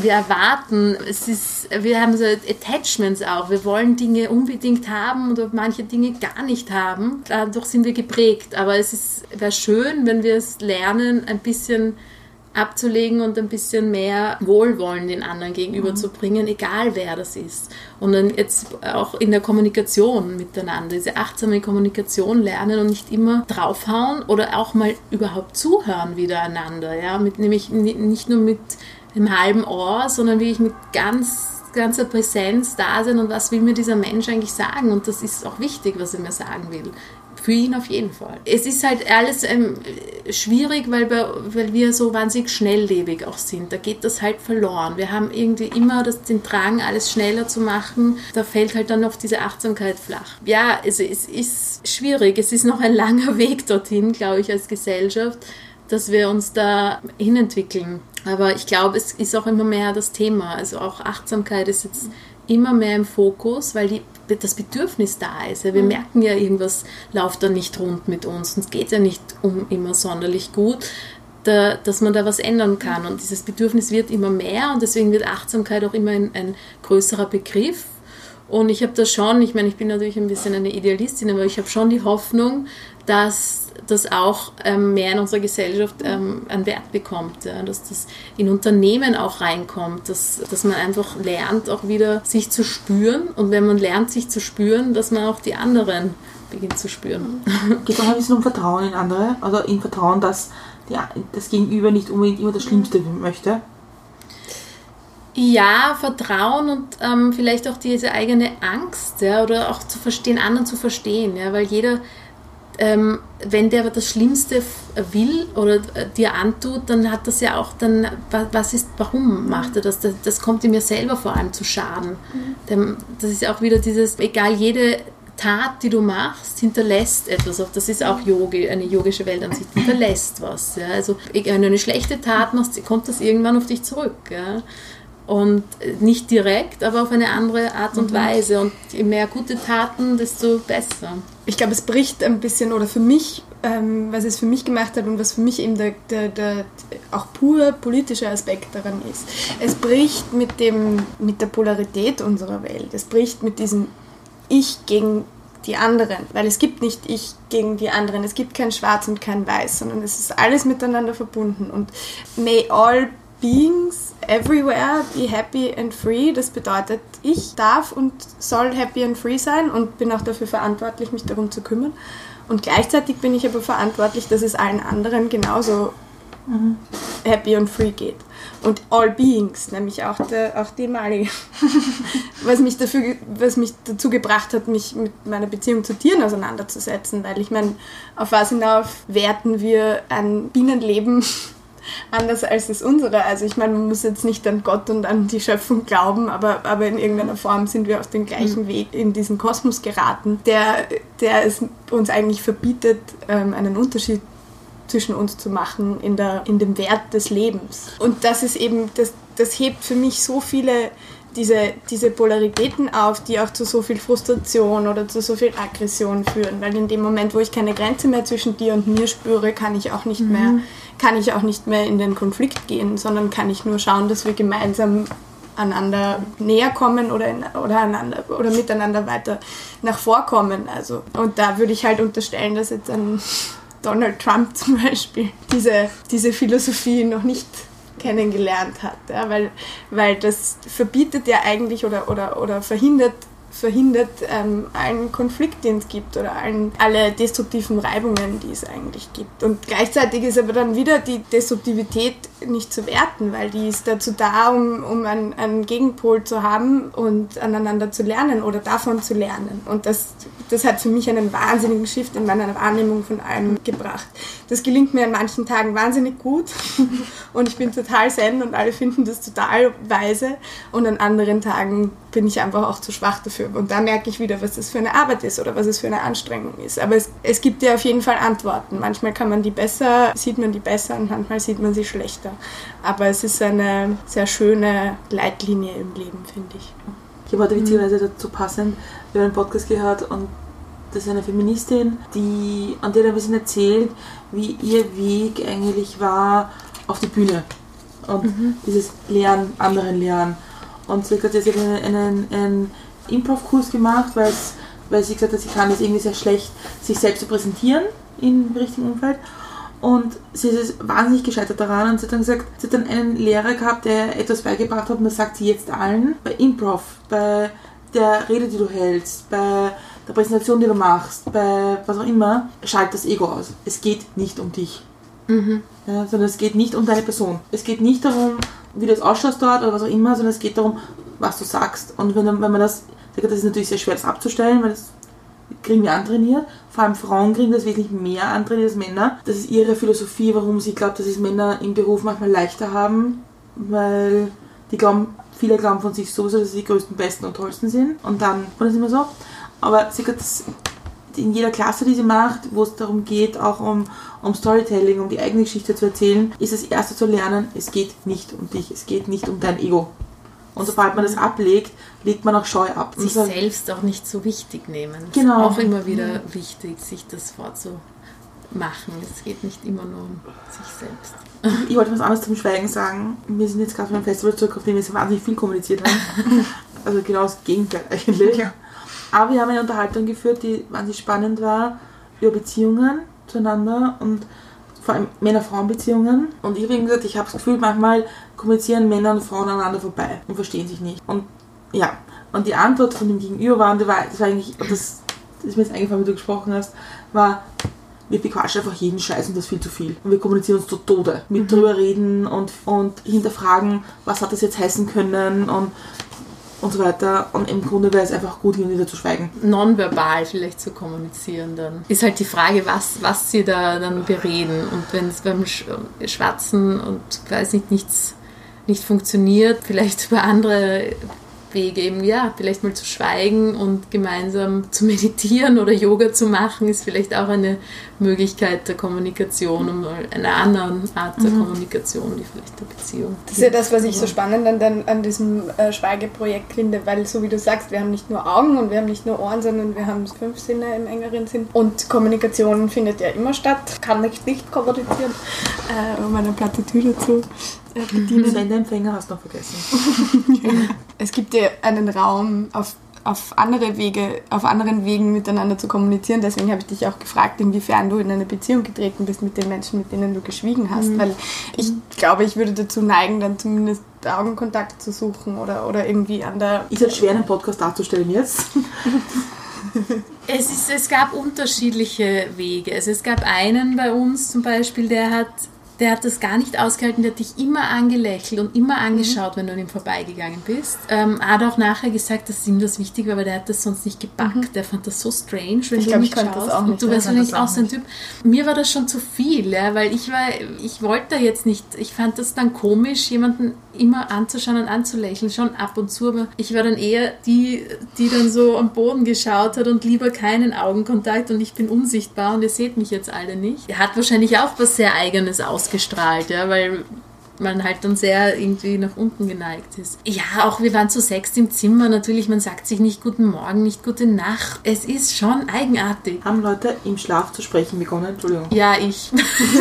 Wir haben so Attachments auch, wir wollen Dinge unbedingt haben oder manche Dinge gar nicht haben. Dadurch sind wir geprägt, aber wäre schön, wenn wir es lernen, ein bisschen abzulegen und ein bisschen mehr Wohlwollen den anderen gegenüberzubringen, egal wer das ist. Und dann jetzt auch in der Kommunikation miteinander, diese achtsame Kommunikation lernen und nicht immer draufhauen oder auch mal überhaupt zuhören wieder einander. Ja? Nämlich nicht nur mit dem halben Ohr, sondern wirklich mit ganzer Präsenz da sein und was will mir dieser Mensch eigentlich sagen. Und das ist auch wichtig, was er mir sagen will. Für ihn auf jeden Fall. Es ist halt alles schwierig, weil wir so wahnsinnig schnelllebig auch sind. Da geht das halt verloren. Wir haben irgendwie immer den Drang, alles schneller zu machen. Da fällt halt dann noch diese Achtsamkeit flach. Ja, es ist schwierig. Es ist noch ein langer Weg dorthin, glaube ich, als Gesellschaft, dass wir uns da hinentwickeln. Aber ich glaube, es ist auch immer mehr das Thema. Also auch Achtsamkeit ist jetzt immer mehr im Fokus, weil das Bedürfnis da ist. Wir merken ja, irgendwas läuft da nicht rund mit uns. Uns geht ja nicht immer sonderlich gut, dass man da was ändern kann. Und dieses Bedürfnis wird immer mehr und deswegen wird Achtsamkeit auch immer ein größerer Begriff. Und ich habe das schon, ich meine, ich bin natürlich ein bisschen eine Idealistin, aber ich habe schon die Hoffnung, dass das auch mehr in unserer Gesellschaft an Wert bekommt, ja, dass das in Unternehmen auch reinkommt, dass man einfach lernt, auch wieder sich zu spüren und wenn man lernt, sich zu spüren, dass man auch die anderen beginnt zu spüren. Geht es auch ein bisschen um Vertrauen in andere, also in Vertrauen, dass das Gegenüber nicht unbedingt immer das Schlimmste möchte? Ja, Vertrauen und vielleicht auch diese eigene Angst, ja, oder auch den anderen zu verstehen, ja, weil jeder wenn der das Schlimmste will oder dir antut, dann hat das ja auch dann, warum macht er das? Das kommt ihm ja selber vor allem zu Schaden. Das ist ja auch wieder dieses, egal, jede Tat, die du machst, hinterlässt etwas. Das ist auch eine yogische Weltansicht, hinterlässt was. Ja? Also wenn du eine schlechte Tat machst, kommt das irgendwann auf dich zurück. Ja? Und nicht direkt, aber auf eine andere Art und Weise. Und je mehr gute Taten, desto besser. Ich glaube, es bricht ein bisschen, oder für mich, was es für mich gemacht hat und was für mich eben der auch pur politische Aspekt daran ist. Es bricht mit der Polarität unserer Welt. Es bricht mit diesem Ich gegen die anderen. Weil es gibt nicht Ich gegen die anderen. Es gibt kein Schwarz und kein Weiß, sondern es ist alles miteinander verbunden. Und may all beings everywhere be happy and free. Das bedeutet, ich darf und soll happy and free sein und bin auch dafür verantwortlich, mich darum zu kümmern. Und gleichzeitig bin ich aber verantwortlich, dass es allen anderen genauso happy and free geht. Und all beings, nämlich auch die Mali. was mich dazu gebracht hat, mich mit meiner Beziehung zu Tieren auseinanderzusetzen, weil ich meine, auf was hinauf werten wir ein Bienenleben anders als das unsere. Also ich meine, man muss jetzt nicht an Gott und an die Schöpfung glauben, aber in irgendeiner Form sind wir auf den gleichen Weg in diesen Kosmos geraten, der es uns eigentlich verbietet, einen Unterschied zwischen uns zu machen in dem Wert des Lebens. Und das ist eben, das hebt für mich so viele diese Polaritäten auf, die auch zu so viel Frustration oder zu so viel Aggression führen. Weil in dem Moment, wo ich keine Grenze mehr zwischen dir und mir spüre, kann ich auch nicht mehr in den Konflikt gehen, sondern kann ich nur schauen, dass wir gemeinsam einander näher kommen oder miteinander weiter nach vorkommen. Also, und da würde ich halt unterstellen, dass jetzt ein Donald Trump zum Beispiel diese Philosophie noch nicht kennengelernt hat, ja, weil das verbietet ja eigentlich oder verhindert allen Konflikt, den es gibt oder alle destruktiven Reibungen, die es eigentlich gibt. Und gleichzeitig ist aber dann wieder die Destruktivität nicht zu werten, weil die ist dazu da, um einen Gegenpol zu haben und aneinander zu lernen oder davon zu lernen. Und das hat für mich einen wahnsinnigen Shift in meiner Wahrnehmung von allem gebracht. Das gelingt mir an manchen Tagen wahnsinnig gut und ich bin total zen und alle finden das total weise und an anderen Tagen bin ich einfach auch zu schwach dafür. Und da merke ich wieder, was das für eine Arbeit ist oder was es für eine Anstrengung ist. Aber es gibt ja auf jeden Fall Antworten. Manchmal sieht man die besser und manchmal sieht man sie schlechter. Aber es ist eine sehr schöne Leitlinie im Leben, finde ich. Ich habe heute witzigerweise dazu passend einen Podcast gehört und das ist eine Feministin, die hat ein bisschen erzählt, wie ihr Weg eigentlich war auf die Bühne. Und dieses Lernen, anderen lernen. Und sie hat jetzt einen Improv-Kurs gemacht, weil sie gesagt hat, sie kann das irgendwie sehr schlecht, sich selbst zu präsentieren im richtigen Umfeld. Und sie ist wahnsinnig gescheitert daran und sie hat dann gesagt, sie hat dann einen Lehrer gehabt, der etwas beigebracht hat und das sagt sie jetzt allen. Bei Improv, bei der Rede, die du hältst, bei der Präsentation, die du machst, bei was auch immer, schalt das Ego aus. Es geht nicht um dich. Ja, sondern es geht nicht um deine Person. Es geht nicht darum, wie du ausschaust dort oder was auch immer, sondern es geht darum, was du sagst. Und wenn man das ist natürlich sehr schwer, das abzustellen, weil das kriegen wir antrainiert. Vor allem Frauen kriegen das wesentlich mehr antrainiert als Männer. Das ist ihre Philosophie, warum sie glaubt, dass es Männer im Beruf manchmal leichter haben, weil viele glauben von sich sowieso, dass sie die größten, besten und tollsten sind. Und dann war das immer so. Aber sie hat das in jeder Klasse, die sie macht, wo es darum geht, auch um Storytelling, um die eigene Geschichte zu erzählen, ist das Erste zu lernen, es geht nicht um dich, es geht nicht um dein Ego. Und sobald man das ablegt, legt man auch Scheu ab. Sich selbst auch nicht so wichtig nehmen. Genau. Ist auch immer wieder wichtig, sich das vorzumachen. Es geht nicht immer nur um sich selbst. Ich wollte was anderes zum Schweigen sagen. Wir sind jetzt gerade von einem Festival zurück, auf dem wir so wahnsinnig viel kommuniziert haben. Also genau das Gegenteil eigentlich. Ja. Aber wir haben eine Unterhaltung geführt, die wahnsinnig spannend war, über Beziehungen zueinander und vor allem Männer-Frauen-Beziehungen. Und ich habe eben gesagt, ich habe das Gefühl, manchmal kommunizieren Männer und Frauen aneinander vorbei und verstehen sich nicht. Und ja, und die Antwort von dem Gegenüber war, das war eigentlich, das ist mir jetzt eingefallen, wie du gesprochen hast, war, wir bequatschen einfach jeden Scheiß und das viel zu viel. Und wir kommunizieren uns zu Tode. Mit drüber reden und hinterfragen, was hat das jetzt heißen können und so weiter. Und im Grunde wäre es einfach gut, hin und wieder zu schweigen. Nonverbal vielleicht zu kommunizieren dann. Ist halt die Frage, was sie da dann bereden. Und wenn es beim Schwatzen und weiß nicht funktioniert, vielleicht über andere Wege eben, ja, vielleicht mal zu schweigen und gemeinsam zu meditieren oder Yoga zu machen, ist vielleicht auch eine Möglichkeit der Kommunikation und einer anderen Art der Kommunikation, die vielleicht der Beziehung. Das ist ja das, was ich so spannend an diesem Schweigeprojekt finde, weil so wie du sagst, wir haben nicht nur Augen und wir haben nicht nur Ohren, sondern wir haben 5 Sinne im engeren Sinn. Und Kommunikation findet ja immer statt, kann nicht kommunizieren, um eine Plattitüde zu bedienen. Sendeempfänger hast du noch vergessen. Es gibt ja einen Raum auf anderen Wegen miteinander zu kommunizieren. Deswegen habe ich dich auch gefragt, inwiefern du in eine Beziehung getreten bist mit den Menschen, mit denen du geschwiegen hast. Weil ich glaube, ich würde dazu neigen, dann zumindest Augenkontakt zu suchen oder irgendwie an der... Ist halt schwer, einen Podcast darzustellen jetzt. Es gab unterschiedliche Wege. Also es gab einen bei uns zum Beispiel, der hat das gar nicht ausgehalten, der hat dich immer angelächelt und immer angeschaut, wenn du an ihm vorbeigegangen bist. Hat auch nachher gesagt, dass ihm das wichtig war, weil der hat das sonst nicht gepackt. Der fand das so strange, wenn du nicht schaust. Das auch nicht. Und du wärst wahrscheinlich auch so ein Typ. Mir war das schon zu viel, ja, weil ich wollte da jetzt nicht, ich fand das dann komisch, jemanden immer anzuschauen und anzulächeln, schon ab und zu, aber ich war dann eher die dann so am Boden geschaut hat und lieber keinen Augenkontakt und ich bin unsichtbar und ihr seht mich jetzt alle nicht. Er hat wahrscheinlich auch was sehr Eigenes ausgestrahlt, ja, weil man halt dann sehr irgendwie nach unten geneigt ist. Ja, auch wir waren zu 6 im Zimmer, natürlich, man sagt sich nicht guten Morgen, nicht gute Nacht. Es ist schon eigenartig. Haben Leute im Schlaf zu sprechen begonnen? Entschuldigung. Ja, ich.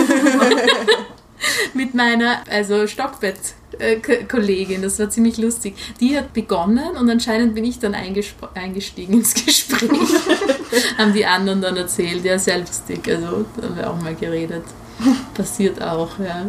Mit meiner, Stockbett-Kollegin, das war ziemlich lustig. Die hat begonnen und anscheinend bin ich dann eingestiegen ins Gespräch. Haben die anderen dann erzählt, ja, sehr lustig, also da haben wir auch mal geredet. Passiert auch, ja.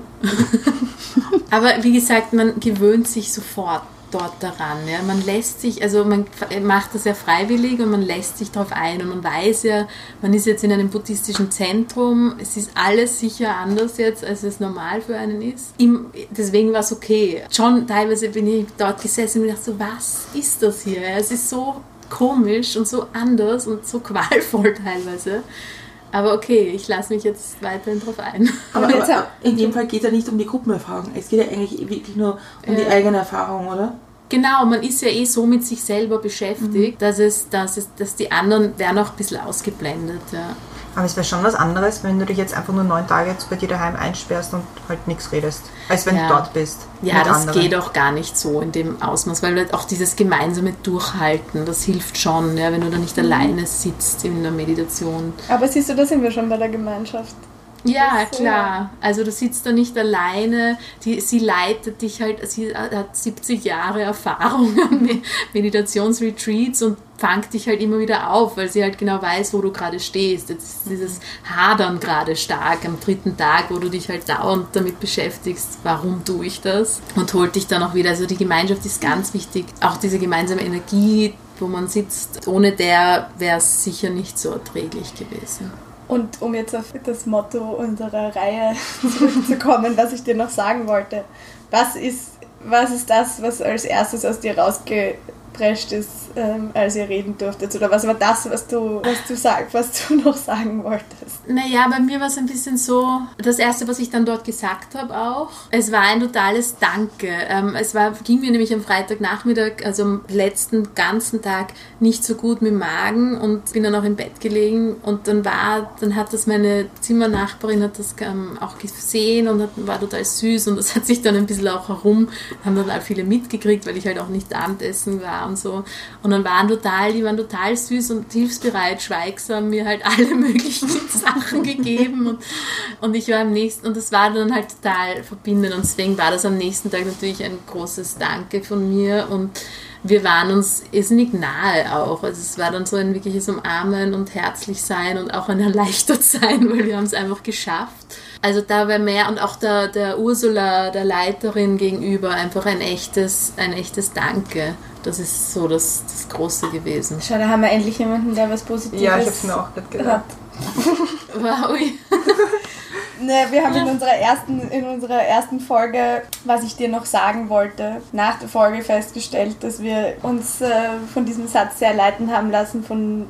Aber wie gesagt, man gewöhnt sich sofort dort daran. Ja. Man lässt sich, also man macht das ja freiwillig und man lässt sich darauf ein und man weiß ja, man ist jetzt in einem buddhistischen Zentrum, es ist alles sicher anders jetzt, als es normal für einen ist. Deswegen war es okay. Schon teilweise bin ich dort gesessen und dachte so, was ist das hier? Es ist so komisch und so anders und so qualvoll teilweise. Aber okay, ich lasse mich jetzt weiterhin drauf ein. Aber in dem Fall geht es ja nicht um die Gruppenerfahrung. Es geht ja eigentlich wirklich nur um die eigene Erfahrung, oder? Genau, man ist ja so mit sich selber beschäftigt, dass die anderen werden auch ein bisschen ausgeblendet. Ja. Aber es wäre schon was anderes, wenn du dich jetzt einfach nur 9 Tage jetzt bei dir daheim einsperrst und halt nichts redest, als wenn du dort bist. Ja, das geht auch gar nicht so in dem Ausmaß, weil auch dieses gemeinsame Durchhalten, das hilft schon, ja, wenn du da nicht alleine sitzt in der Meditation. Aber siehst du, da sind wir schon bei der Gemeinschaft. Ja, klar. Also du sitzt da nicht alleine, sie leitet dich halt, sie hat 70 Jahre Erfahrung an Meditationsretreats und fangt dich halt immer wieder auf, weil sie halt genau weiß, wo du gerade stehst. Jetzt ist dieses Hadern gerade stark am 3. Tag, wo du dich halt dauernd damit beschäftigst, warum tue ich das? Und holt dich dann auch wieder. Also die Gemeinschaft ist ganz wichtig. Auch diese gemeinsame Energie, wo man sitzt, ohne der wäre es sicher nicht so erträglich gewesen. Und um jetzt auf das Motto unserer Reihe zurückzukommen, was ich dir noch sagen wollte. Was ist das, was als erstes aus dir rausgeprescht ist, als ihr reden durftet? Oder was war das, was du noch sagen wolltest? Naja, bei mir war es ein bisschen so, das Erste, was ich dann dort gesagt habe auch, es war ein totales Danke. Ging mir nämlich am Freitagnachmittag, also am letzten ganzen Tag, nicht so gut mit dem Magen und bin dann auch im Bett gelegen und dann hat das meine Zimmernachbarin hat das auch gesehen und war total süß und das hat sich dann ein bisschen auch haben dann auch viele mitgekriegt, weil ich halt auch nicht Abendessen war und so. Und dann die waren total süß und hilfsbereit, schweigsam, mir halt alle möglichen Sachen gegeben und ich war am nächsten, und das war dann halt total verbindend und deswegen war das am nächsten Tag natürlich ein großes Danke von mir und wir waren uns irrsinnig nahe auch. Also es war dann so ein wirkliches Umarmen und herzlich sein und auch ein erleichtert sein, weil wir haben es einfach geschafft. Also da war mehr und auch der Ursula, der Leiterin gegenüber, einfach ein echtes Danke. Das ist so das Große gewesen. Schau, da haben wir endlich jemanden, der was Positives Ja, ich hab's mir auch gerade gedacht. Wow. Ne, wir haben in unserer ersten Folge, was ich dir noch sagen wollte, nach der Folge festgestellt, dass wir uns von diesem Satz sehr leiten haben lassen von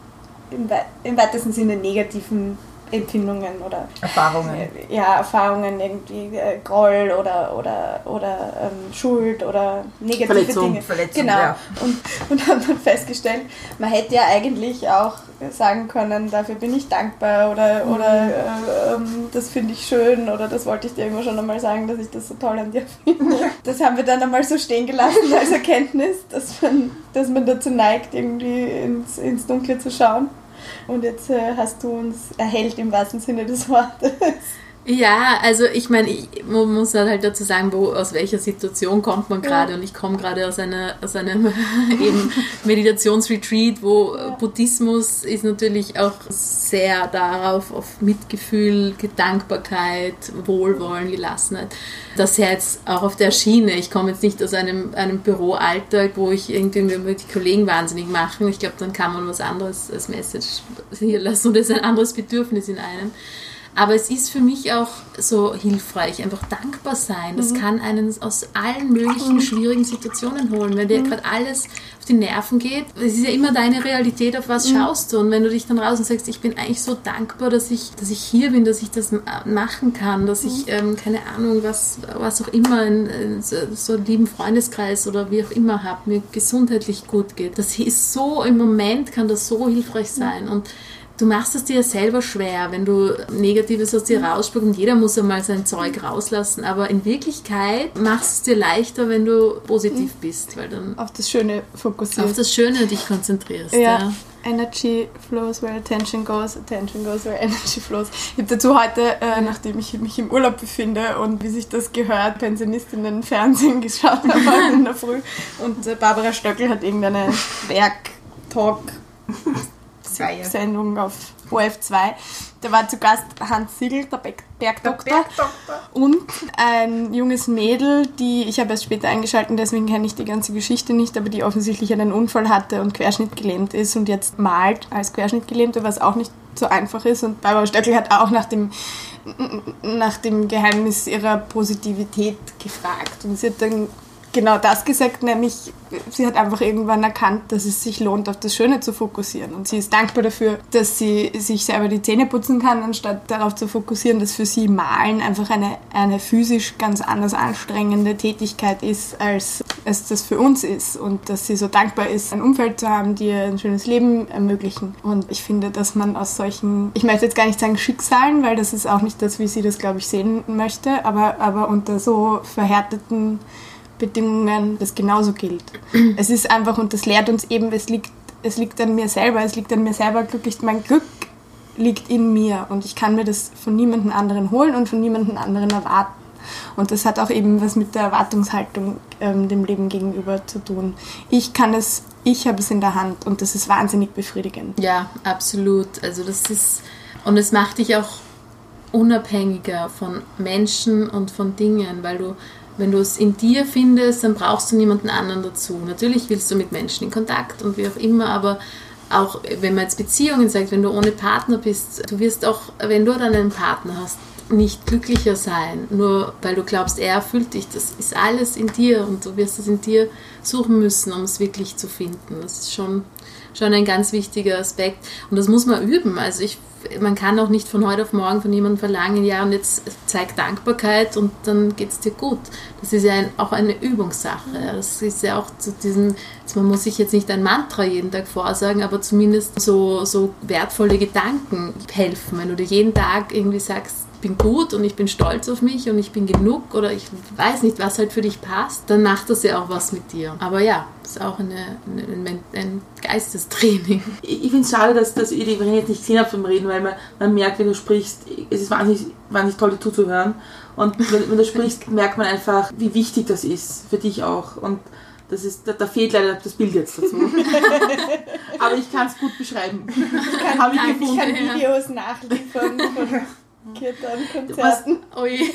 im weitesten Sinne negativen Empfindungen oder Erfahrungen. Ja, Erfahrungen, irgendwie Groll oder Schuld oder negative Dinge. Verletzung, genau. Ja. Und haben dann festgestellt, man hätte ja eigentlich auch sagen können, dafür bin ich dankbar oder das finde ich schön oder das wollte ich dir immer schon einmal sagen, dass ich das so toll an dir finde. Das haben wir dann einmal so stehen gelassen als Erkenntnis, dass man dazu neigt, irgendwie ins Dunkle zu schauen. Und jetzt hast du uns erhellt im wahrsten Sinne des Wortes. Ja, also ich meine, man muss halt dazu sagen, aus welcher Situation kommt man gerade. Und ich komme gerade aus einem eben Meditationsretreat, wo Buddhismus ist natürlich auch sehr darauf, auf Mitgefühl, Dankbarkeit, Wohlwollen, Gelassenheit. Das jetzt auch auf der Schiene. Ich komme jetzt nicht aus einem Büroalltag, wo ich irgendwie die Kollegen wahnsinnig machen. Ich glaube, dann kann man was anderes als Message hier lassen und das ist ein anderes Bedürfnis in einem. Aber es ist für mich auch so hilfreich, einfach dankbar sein. Das kann einen aus allen möglichen schwierigen Situationen holen. Wenn dir gerade alles auf die Nerven geht, es ist ja immer deine Realität, auf was schaust du. Und wenn du dich dann raus und sagst, ich bin eigentlich so dankbar, dass ich hier bin, dass ich das machen kann, dass ich, keine Ahnung, was auch immer, so einen lieben Freundeskreis oder wie auch immer habe, mir gesundheitlich gut geht. Das ist so, im Moment kann das so hilfreich sein. Und du machst es dir selber schwer, wenn du Negatives aus dir rausspuckst und jeder muss einmal sein Zeug rauslassen, aber in Wirklichkeit machst du es dir leichter, wenn du positiv bist, weil dann auf das Schöne fokussierst. Auf das Schöne dich konzentrierst. Ja. Energy flows where attention goes where energy flows. Ich habe dazu heute, nachdem ich mich im Urlaub befinde und wie sich das gehört, Pensionistinnen Fernsehen geschaut habe in der Früh und Barbara Stöckl hat irgendeine Werk-Talk Sendung auf OF2. Da war zu Gast Hans Siegel, der Bergdoktor. Und ein junges Mädel, ich habe erst später eingeschaltet, deswegen kenne ich die ganze Geschichte nicht, aber die offensichtlich einen Unfall hatte und querschnittgelähmt ist und jetzt malt als Querschnittgelähmte, was auch nicht so einfach ist. Und Barbara Stöckl hat auch nach dem Geheimnis ihrer Positivität gefragt. Und sie hat dann genau das gesagt, nämlich sie hat einfach irgendwann erkannt, dass es sich lohnt, auf das Schöne zu fokussieren. Und sie ist dankbar dafür, dass sie sich selber die Zähne putzen kann, anstatt darauf zu fokussieren, dass für sie Malen einfach eine physisch ganz anders anstrengende Tätigkeit ist, als es das für uns ist. Und dass sie so dankbar ist, ein Umfeld zu haben, die ihr ein schönes Leben ermöglichen. Und ich finde, dass man aus solchen, ich möchte jetzt gar nicht sagen Schicksalen, weil das ist auch nicht das, wie sie das, glaube ich, sehen möchte, aber unter so verhärteten Bedingungen das genauso gilt. Es ist einfach, und das lehrt uns eben, es liegt an mir selber, glücklich, mein Glück liegt in mir und ich kann mir das von niemandem anderen holen und von niemandem anderen erwarten. Und das hat auch eben was mit der Erwartungshaltung dem Leben gegenüber zu tun. Ich habe es in der Hand und das ist wahnsinnig befriedigend. Ja, absolut. Also und es macht dich auch unabhängiger von Menschen und von Dingen, weil wenn du es in dir findest, dann brauchst du niemanden anderen dazu. Natürlich willst du mit Menschen in Kontakt und wie auch immer, aber auch wenn man jetzt Beziehungen sagt, wenn du ohne Partner bist, du wirst auch, wenn du dann einen Partner hast, nicht glücklicher sein, nur weil du glaubst, er erfüllt dich. Das ist alles in dir und du wirst es in dir suchen müssen, um es wirklich zu finden. Das ist schon ein ganz wichtiger Aspekt und das muss man üben. Also man kann auch nicht von heute auf morgen von jemandem verlangen, ja, und jetzt zeig Dankbarkeit und dann geht es dir gut. Das ist ja auch eine Übungssache. Das ist ja auch zu diesem, man muss sich jetzt nicht ein Mantra jeden Tag vorsagen, aber zumindest so wertvolle Gedanken helfen. Wenn du dir jeden Tag irgendwie sagst, ich bin gut und ich bin stolz auf mich und ich bin genug oder ich weiß nicht, was halt für dich passt, dann macht das ja auch was mit dir. Aber ja, das ist auch ein Geistestraining. Ich finde es schade, dass ihr die Verena jetzt nicht gesehen habt beim Reden, weil man merkt, wenn du sprichst, es ist wahnsinnig toll, dir zuzuhören. Und wenn du sprichst, merkt man einfach, wie wichtig das ist, für dich auch. Und da fehlt leider das Bild jetzt dazu. Aber ich kann es gut beschreiben. Ich kann Videos nachliefern von Kirtan-Konzerten. Ui.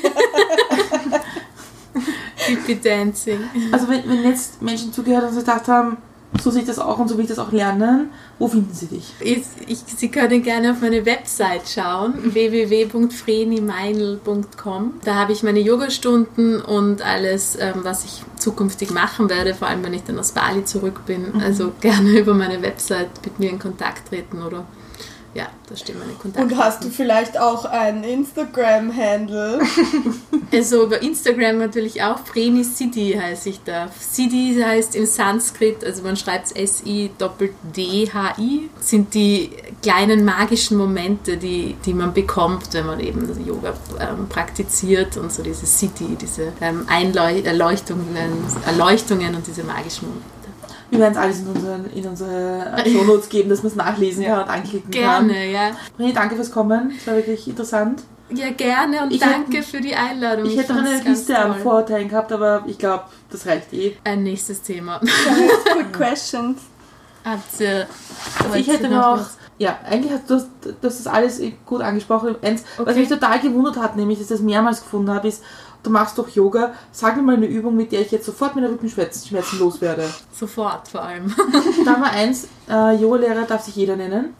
Hippie Dancing. Also wenn jetzt Menschen zugehört und so gedacht haben, so sehe ich das auch und so will ich das auch lernen, wo finden sie dich? Sie können gerne auf meine Website schauen, www.vrenimeinl.com. Da habe ich meine Yogastunden und alles, was ich zukünftig machen werde, vor allem wenn ich dann aus Bali zurück bin. Also gerne über meine Website mit mir in Kontakt treten oder ja, da stehen meine Kontakte. Und hast du vielleicht auch einen Instagram-Handle? Also über Instagram natürlich auch, Vreni Siddhi heiße ich da. Siddhi heißt im Sanskrit, also man schreibt es S-I-D-D-H-I, sind die kleinen magischen Momente, die man bekommt, wenn man eben das Yoga praktiziert und so diese Siddhi, diese Erleuchtungen und diese magischen Momente. Wir werden es alles in unsere Shownotes geben, dass man es nachlesen kann und anklicken kann. Gerne, ja. Vreni, danke fürs Kommen. Es war wirklich interessant. Ja, gerne und danke für die Einladung. Ich hätte noch eine Liste an Vorurteilen gehabt, aber ich glaube, das reicht eh. Ein nächstes Thema. Quick questions. Habt ihr Ich hätte noch... Ja, eigentlich hast du das alles gut angesprochen. Was mich total gewundert hat, nämlich, dass ich das mehrmals gefunden habe, ist, du machst doch Yoga. Sag mir mal eine Übung, mit der ich jetzt sofort meine Rückenschmerzen loswerde. Sofort vor allem. Nummer 1, Yoga-Lehrer darf sich jeder nennen.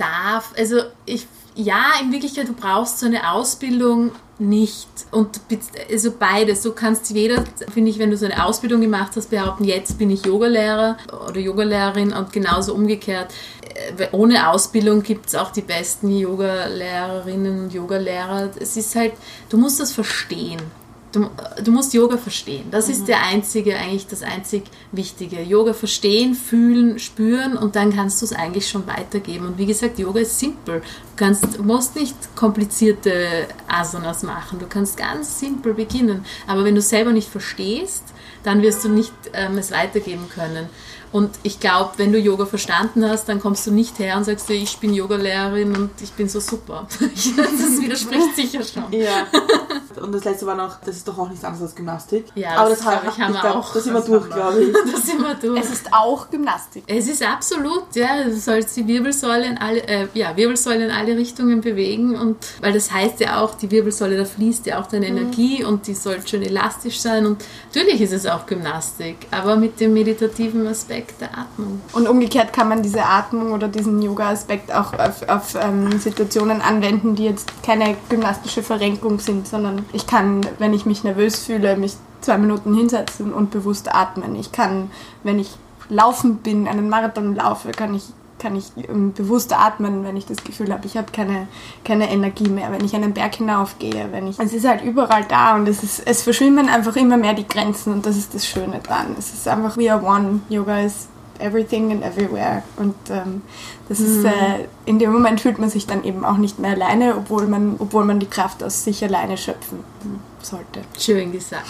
In Wirklichkeit, du brauchst so eine Ausbildung nicht. Und also beides. Du kannst jeder, finde ich, wenn du so eine Ausbildung gemacht hast, behaupten, jetzt bin ich Yogalehrer oder Yogalehrerin und genauso umgekehrt. Ohne Ausbildung gibt es auch die besten Yogalehrerinnen und Yogalehrer. Es ist halt, du musst das verstehen. Du musst Yoga verstehen. Das ist das einzig Wichtige. Yoga verstehen, fühlen, spüren und dann kannst du es eigentlich schon weitergeben. Und wie gesagt, Yoga ist simpel. Du musst nicht komplizierte Asanas machen. Du kannst ganz simpel beginnen. Aber wenn du selber nicht verstehst, dann wirst du nicht es weitergeben können. Und ich glaube, wenn du Yoga verstanden hast, dann kommst du nicht her und sagst dir, ich bin Yogalehrerin und ich bin so super. Das widerspricht sicher schon. Ja. Und das letzte war noch, das ist doch auch nichts anderes als Gymnastik. Ja, aber das haben wir auch. Das sind wir durch, glaube ich. Das sind wir durch. Es ist auch Gymnastik. Es ist absolut, ja, du sollst die Wirbelsäule in alle Richtungen bewegen und weil das heißt ja auch, die Wirbelsäule, da fließt ja auch deine Energie und die soll schön elastisch sein und natürlich ist es auch Gymnastik, aber mit dem meditativen Aspekt der Atmung. Und umgekehrt kann man diese Atmung oder diesen Yoga-Aspekt auch auf Situationen anwenden, die jetzt keine gymnastische Verrenkung sind, sondern ich kann, wenn ich mich nervös fühle, mich 2 Minuten hinsetzen und bewusst atmen. Ich kann, wenn ich laufen bin, einen Marathon laufe, kann ich bewusst atmen, wenn ich das Gefühl habe, ich habe keine Energie mehr, wenn ich einen Berg hinaufgehe, es ist halt überall da und es verschwimmen einfach immer mehr die Grenzen und das ist das Schöne dran. Es ist einfach we are one. Yoga is everything and everywhere und das ist in dem Moment fühlt man sich dann eben auch nicht mehr alleine, obwohl man die Kraft aus sich alleine schöpfen sollte. Schön gesagt.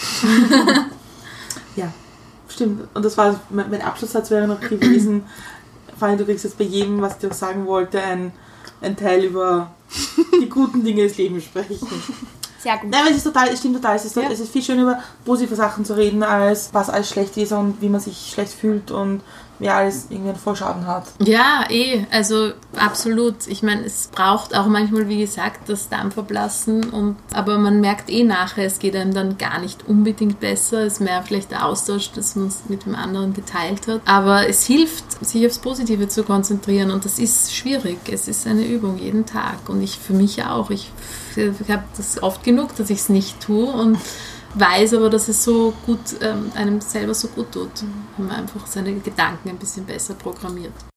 Ja, stimmt. Und das war mein Abschlusssatz wäre noch gewesen. Du kriegst jetzt bei jedem, was ich dir sagen wollte, ein Teil über die guten Dinge des Lebens sprechen. Sehr gut. Nein, es stimmt total. Es ist viel schöner über positive Sachen zu reden, als was alles schlecht ist und wie man sich schlecht fühlt und wer alles irgendwie einen Vorschaden hat. Ja, also absolut. Ich meine, es braucht auch manchmal, wie gesagt, das Dampfablassen, aber man merkt nachher, es geht einem dann gar nicht unbedingt besser. Es ist mehr vielleicht der Austausch, dass man es mit dem anderen geteilt hat. Aber es hilft, sich aufs Positive zu konzentrieren und das ist schwierig. Es ist eine Übung jeden Tag und für mich auch. Ich habe das oft genug, dass ich es nicht tue und weiß aber, dass es so gut einem selber so gut tut, wenn man einfach seine Gedanken ein bisschen besser programmiert.